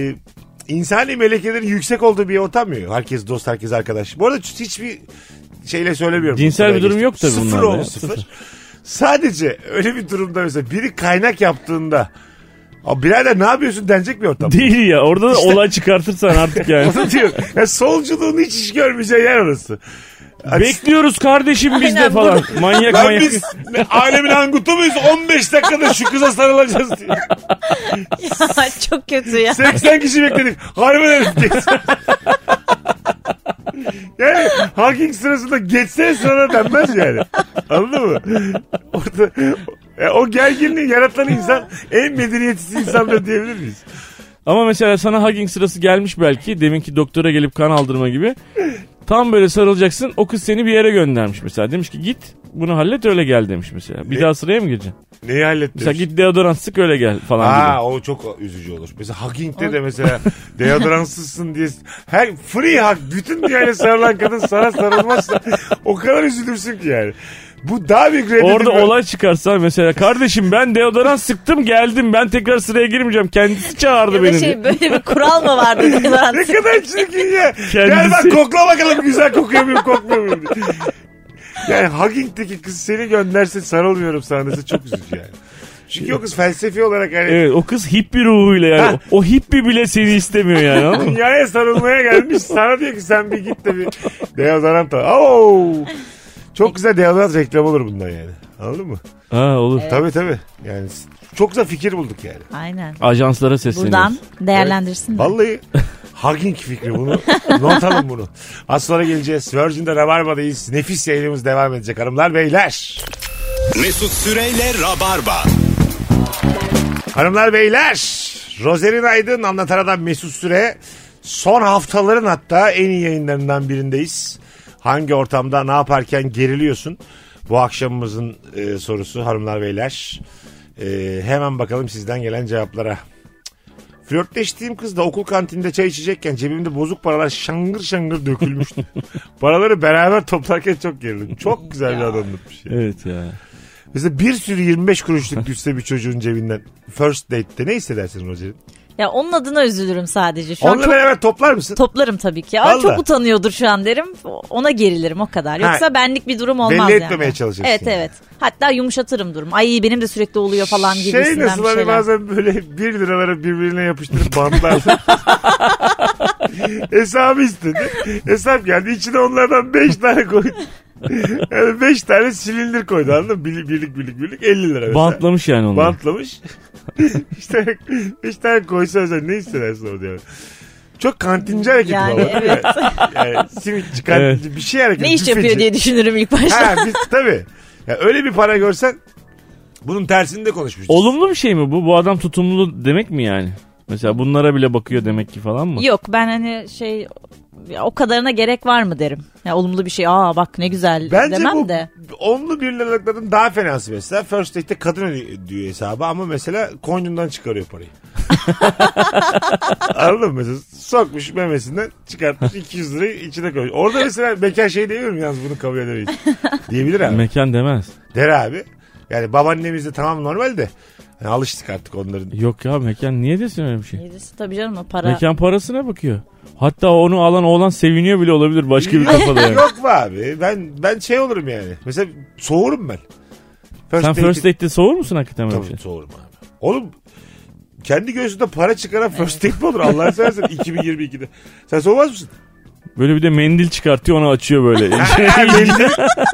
insani melekelerin yüksek olduğu bir ortam ya. Herkes dost, herkes arkadaş. Bu arada hiçbir şeyle söylemiyorum. Cinsel Sıraya bir durum geçtim. yok tabii Sıfır bunlarda oldu ya. sıfır. Sıfır. Sadece öyle bir durumda mesela biri kaynak yaptığında, abi birader ne yapıyorsun denecek bir ortam. Değil ya. Orada da olay çıkartırsan artık yani. Onu diyor. Ya solculuğun hiç iş görmeyeceği yer orası. Bekliyoruz kardeşim biz de Aynen, falan. Manyak Lan manyak. biz ne, alemin angutu muyuz? on beş dakikada şu kıza sarılacağız diye. Ya, çok kötü ya. seksen kişi bekledik. Hayvan herif diye. Yani hugging sırasında geçsene sonra denmez yani. Anladın mı? Orada, e, o gerginliği yaratan insan en medeniyetsiz insandır diyebilir miyiz? Ama mesela sana hugging sırası gelmiş belki. Deminki doktora gelip kan aldırma gibi. Tam böyle sarılacaksın. O kız seni bir yere göndermiş mesela. Demiş ki git bunu hallet öyle gel demiş mesela. Bir ne? Daha sıraya mı gireceksin? Neyi hallet mesela git deodorant sık öyle gel falan Aa, gibi. O çok üzücü olur. Mesela hugging'de de mesela deodorantsızsın diye her free hug bütün dünyayla sarılan kadın sana sarılmazsa o kadar üzülürsün ki yani. Bu daha büyük reddedim. Orada ben. Olay çıkarsa mesela kardeşim ben deodorant sıktım geldim ben tekrar sıraya girmeyeceğim. Kendisi çağırdı ya beni. Şey, böyle bir kural mı vardı? Ne kadar çirkin ya. Kendisi... Gel bak kokla bakalım güzel kokuyor muyum kokmuyor muyum. Yani hugging'deki kız seni gönderse sarılmıyorum sana dese çok üzücü yani. Çünkü o kız felsefi olarak hani... Evet o kız hippie ruhuyla yani. Ha. O hippie bile seni istemiyor yani. Dünyaya sarılmaya gelmiş sana diyor ki sen bir git de bir deodorant al. Oo! Çok güzel deodorant reklam olur bundan yani. Anladın mı? Ha olur. Evet. Tabii tabii. Yani çok güzel fikir bulduk yani. Aynen. Ajanslara sesleniyoruz. Buradan değerlendirsin. Evet. Vallahi hugging fikri bunu. Not alın bunu. Az sonra geleceğiz. Virgin'de Rabarba'dayız. Nefis yayınımız devam edecek hanımlar beyler. Mesut Süreyle Rabarba. Hanımlar beyler. Rozerin Aydın Anlatan Adam Mesut Süre. Son haftaların hatta en iyi yayınlarından birindeyiz. Hangi ortamda ne yaparken geriliyorsun? Bu akşamımızın e, sorusu hanımlar beyler. E, hemen bakalım sizden gelen cevaplara. Flörtleştiğim kız da okul kantininde çay içecekken cebimde bozuk paralar şangır şangır dökülmüştü. Paraları beraber toplarken çok gerildim. Çok güzel bir adammış. Yani. Evet ya. Mesela bir sürü yirmi beş kuruşluk düşse bir çocuğun cebinden first date'te ne hissedersin Roger'in? Ya onun adına üzülürüm sadece. Şu Onunla an çok... beraber toplar mısın? Toplarım tabii ki. Aa, çok utanıyordur şu an derim. Ona gerilirim o kadar. Yoksa ha, benlik bir durum olmaz belli yani. Belli etmemeye çalışırsın. Evet evet. Hatta yumuşatırım durum. Ay benim de sürekli oluyor falan gibisinden şey nasıl bir şeyler. Hani bazen böyle bir liraları birbirine yapıştırıp bantlarla. Hesabı istedi. Hesap geldi. İçine onlardan beş tane koydu. Yani beş tane silindir koydu anladın mı? Birlik birlik birlik, birlik elli lira mesela. Bantlamış yani onu. Bantlamış. İşte beş tane koysa özel ne hissedersin orada yani. Çok kantinci hareketi yani, var. Evet. Yani simitçi, kantinci evet. Bir şey hareketi. Ne iş büfeci. Yapıyor diye düşünürüm ilk başta. Ha, biz, tabii. Yani öyle bir para görsen bunun tersini de konuşmuşuz. Olumlu bir şey mi bu? Bu adam tutumlu demek mi yani? Mesela bunlara bile bakıyor demek ki falan mı? Yok ben hani şey o kadarına gerek var mı derim. Yani olumlu bir şey aa bak ne güzel bence demem bu, de. Onlu bir liralıkların daha fenası mesela. First date'te kadın ödüyor hesabı ama mesela koynundan çıkarıyor parayı. Anladın mı? Mesela sokmuş memesinden çıkartmış iki yüz lirayı içine koymuş. Orada mesela mekan şey demiyorum yalnız bunu kabul edemeyiz. Diyebilir abi. Mekan demez. Der abi. Yani babaannemizde tamam normal de. Yani alıştık artık onların. Yok ya mekan niye desin öyle bir şey? Niye desin tabii canım o para. Mekan parasına bakıyor. Hatta onu alan oğlan seviniyor bile olabilir başka bir kafada yani. Yok be abi ben ben şey olurum yani. Mesela soğurum ben. First Sen first date'de soğur musun hakikaten böyle bir şey? Soğurum abi. Oğlum kendi göğsünde para çıkaran first date mi olur? Allah'ını seversen iki bin yirmi ikide. Sen soğumaz mısın? Böyle bir de mendil çıkartıyor onu açıyor böyle. Mendil.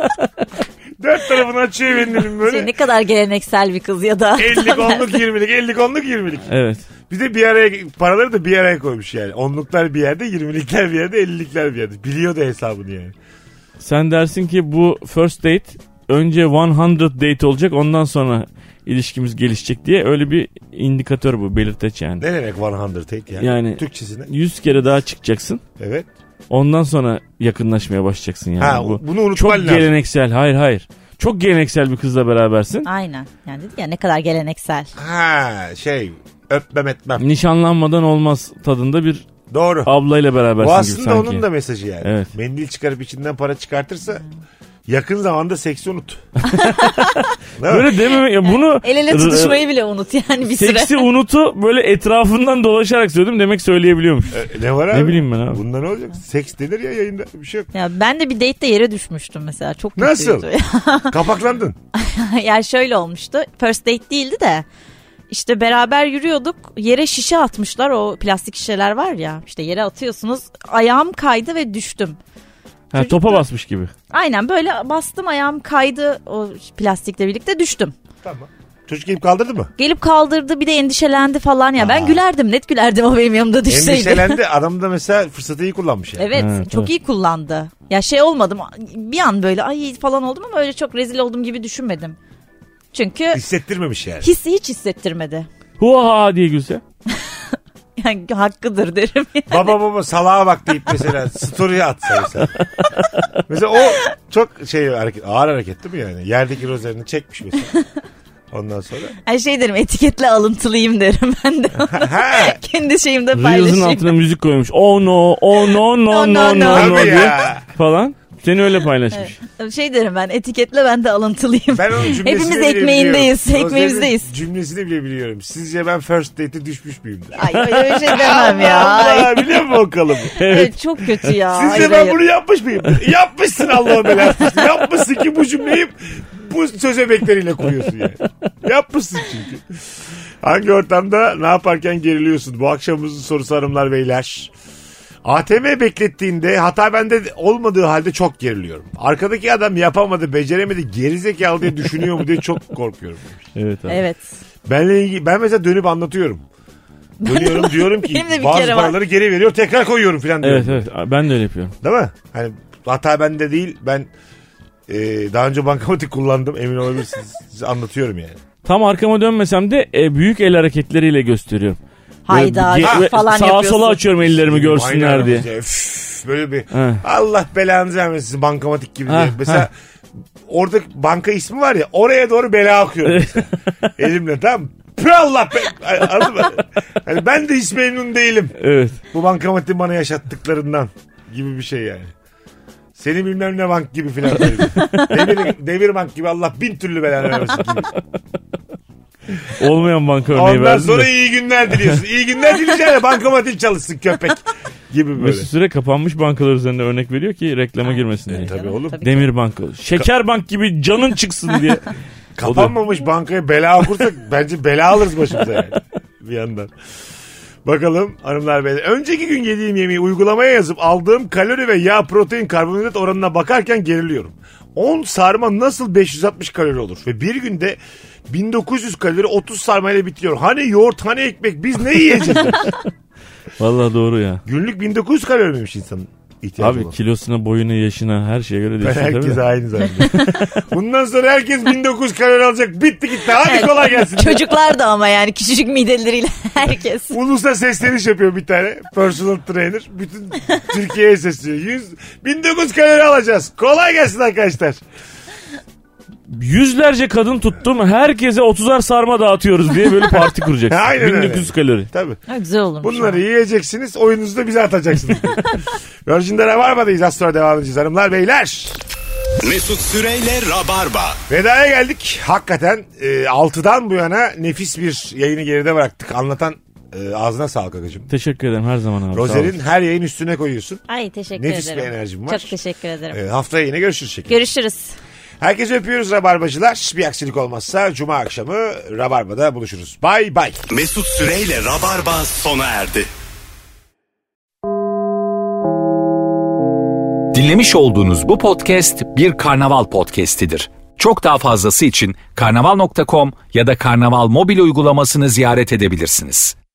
Dört tarafını açıyor mendilin böyle. Şey, ne kadar geleneksel bir kız ya da. ellik onluk yirmilik ellik onluk yirmilik. Evet. Bir de bir araya paraları da bir araya koymuş yani. Onluklar bir yerde yirmilikler bir yerde ellilikler bir yerde. Biliyor da hesabını yani. Sen dersin ki bu first date önce yüz date olacak ondan sonra ilişkimiz gelişecek diye öyle bir indikatör bu belirteç yani. Ne demek yüz date yani? Yani Türkçesine. yüz kere daha çıkacaksın. Evet. Ondan sonra yakınlaşmaya başlayacaksın yani. Ha, bu bunu unutman çok lazım. geleneksel. Hayır hayır. Çok geleneksel bir kızla berabersin. Aynen. Yani dedi ya ne kadar geleneksel. Ha şey öpmem etmem. Nişanlanmadan olmaz tadında bir doğru. Ablayla berabersin gibi sanki. Bu aslında onun da mesajı yani. Evet. Mendil çıkarıp içinden para çıkartırsa yakın zamanda seksi unut. Böyle dememe ya bunu el ele tutuşmayı bile unut yani bir seksi süre. Seksi unutu böyle etrafından dolaşarak söyledim demek söyleyebiliyormuş. E, ne var abi? Ne bileyim ben abi. Bunda ne olacak? Seks denir ya yayında bir şey yok. Ya ben de bir date'de yere düşmüştüm mesela çok nasıl? kötüydü. Kapaklandın. Yani şöyle olmuştu. First date değildi de işte beraber yürüyorduk. Yere şişe atmışlar. O plastik şişeler var ya. İşte yere atıyorsunuz. Ayağım kaydı ve düştüm. Ha, Çocuk topa da, basmış gibi. aynen böyle bastım ayağım kaydı o plastikle birlikte düştüm. Tamam. Çocuk gelip kaldırdı mı? Gelip kaldırdı bir de endişelendi falan ya. Aa. Ben gülerdim net gülerdim o benim yanımda düşseydi. Endişelendi adam da mesela fırsatı iyi kullanmış yani. Evet ha, çok tabii. iyi kullandı. Ya şey olmadım bir an böyle ay falan oldum ama öyle çok rezil olduğum gibi düşünmedim. Çünkü Hissettirmemiş yani. hissi hiç hissettirmedi. Huha diye gülse. Yani hakkıdır derim. Baba baba salağa bak deyip mesela story'e atsa mesela. Mesela o çok şey hareket, ağır hareket değil mi yani? Yerdeki rozerini çekmiş mesela. Ondan sonra. Her şey derim etiketle alıntılıyım derim ben de. Kendi şeyimde paylaşayım. Reels'ın altına müzik koymuş. Oh no, oh no, no, no, no, no, Tabii no diye ya. falan. Seni öyle paylaşmış. Evet. Şey derim ben etiketle ben de alıntılıyım. Ben onun cümlesini Hepimiz bile ekmeğindeyiz. biliyorum. Ekmeğimizdeyiz. Rozer'in cümlesini bile biliyorum. Sizce ben first date'e düşmüş müyümdür? Ay öyle bir şey demem ya. Allah biliyor musun o kalıbı? Evet. Çok kötü ya. Sizce Hayır, ben hayır. bunu yapmış mıyım? Yapmışsın Allah'ın belası. Yapmışsın ki bu cümleyi bu söz emekleriyle kuruyorsun yani. Yapmışsın çünkü. Hangi ortamda ne yaparken geriliyorsun? Bu akşamımızın sorusu hanımlar beyler. A T M beklettiğinde hata bende olmadığı halde çok geriliyorum. Arkadaki adam yapamadı, beceremedi, gerizekalı diye düşünüyor mu diye çok korkuyorum. Evet abi. Evet. Benle ilgili, ben mesela dönüp anlatıyorum. Dönüyorum diyorum ki Benim de bir bazı kere var. paraları geri veriyor tekrar koyuyorum falan diyorum. Evet evet ben de öyle yapıyorum. Değil mi? Hani hata bende değil, ben e, daha önce bankamatik kullandım, emin olabilirsiniz. Size anlatıyorum yani. Tam arkama dönmesem de e, büyük el hareketleriyle gösteriyorum. Hayda Böyle ge- falan sağa yapıyorsun. sola açıyorum ellerimi görsünler Aynen diye. öyle. Üf, böyle bir He. Allah belanızı vermesin bankamatik gibi diye. Ha, Mesela ha. orada banka ismi var ya, oraya doğru bela akıyorum mesela. Elimle, tamam mı? Püh Allah be. Anladın mı? Hani ben de hiç memnun değilim. Evet. Bu bankamatiğin bana yaşattıklarından gibi bir şey yani. Seni bilmem ne bank gibi filan. Demir, demir bank gibi Allah bin türlü belanı vermesin gibi. Olmayan banka örneği Ondan verdim sonra de. iyi günler diliyorsun. İyi günler dileyeceğine bankamatik çalışsın köpek gibi böyle. Mesut Süre kapanmış bankalar üzerinde örnek veriyor ki reklama girmesin diye. Tabii oğlum. Tabii. Demir banka. Şeker bank gibi canın çıksın diye. Kapanmamış bankaya bela okursak bence bela alırız başımıza yani. Bir yandan. Bakalım hanımlar beyler. Önceki gün yediğim yemeği uygulamaya yazıp aldığım kalori ve yağ, protein, karbonhidrat oranına bakarken geriliyorum. on sarma nasıl beş yüz altmış kalori olur? Ve bir günde bin dokuz yüz kalori otuz sarmayla bitiyor. Hani yoğurt, hani ekmek, biz ne yiyeceğiz? Vallahi doğru ya. Günlük bin dokuz yüz kalori miymiş insanın ihtiyacı Abi olan? kilosuna, boyuna, yaşına her şeye göre Ben değişiyor tabii herkes de. aynı zannediyorum. Bundan sonra herkes bin dokuz yüz kalori alacak. Bitti gitti. Hadi kolay gelsin. Çocuklar da ama yani küçücük mideleriyle herkes. Ulus'a sesleniş yapıyor bir tane personal trainer. Bütün Türkiye'ye sesleniyor. yüz, bin dokuz yüz kalori alacağız. Kolay gelsin arkadaşlar. Yüzlerce kadın tuttum. Herkese otuzar sarma dağıtıyoruz diye böyle parti kuracaksın. Aynen öyle. bin dokuz yüz kalori. Tabii. Ha, güzel olmuş. Bunları yiyeceksiniz. Oyununuzu da bize atacaksınız. Virgin'de Rabarba'dayız. Az sonra devam edeceğiz hanımlar beyler. Mesut Süreyle Rabarba. Vedaya geldik. Hakikaten e, altıdan bu yana nefis bir yayını geride bıraktık. Anlatan e, ağzına sağlık agacığım. Teşekkür ederim her zaman abi. sağ Rozer'in olun. her yayın üstüne koyuyorsun. Ay teşekkür Nefis ederim. bir enerjim var. Çok teşekkür ederim. E, haftaya yine görüşürüz şekerim. Görüşürüz. Herkese öpüyoruz Rabarbacılar. Bir aksilik olmazsa Cuma akşamı Rabarba'da buluşuruz. Bay bay. Mesut Süreyle Rabarba sona erdi. Dinlemiş olduğunuz bu podcast bir karnaval podcastidir. Çok daha fazlası için karnaval nokta com ya da karnaval mobil uygulamasını ziyaret edebilirsiniz.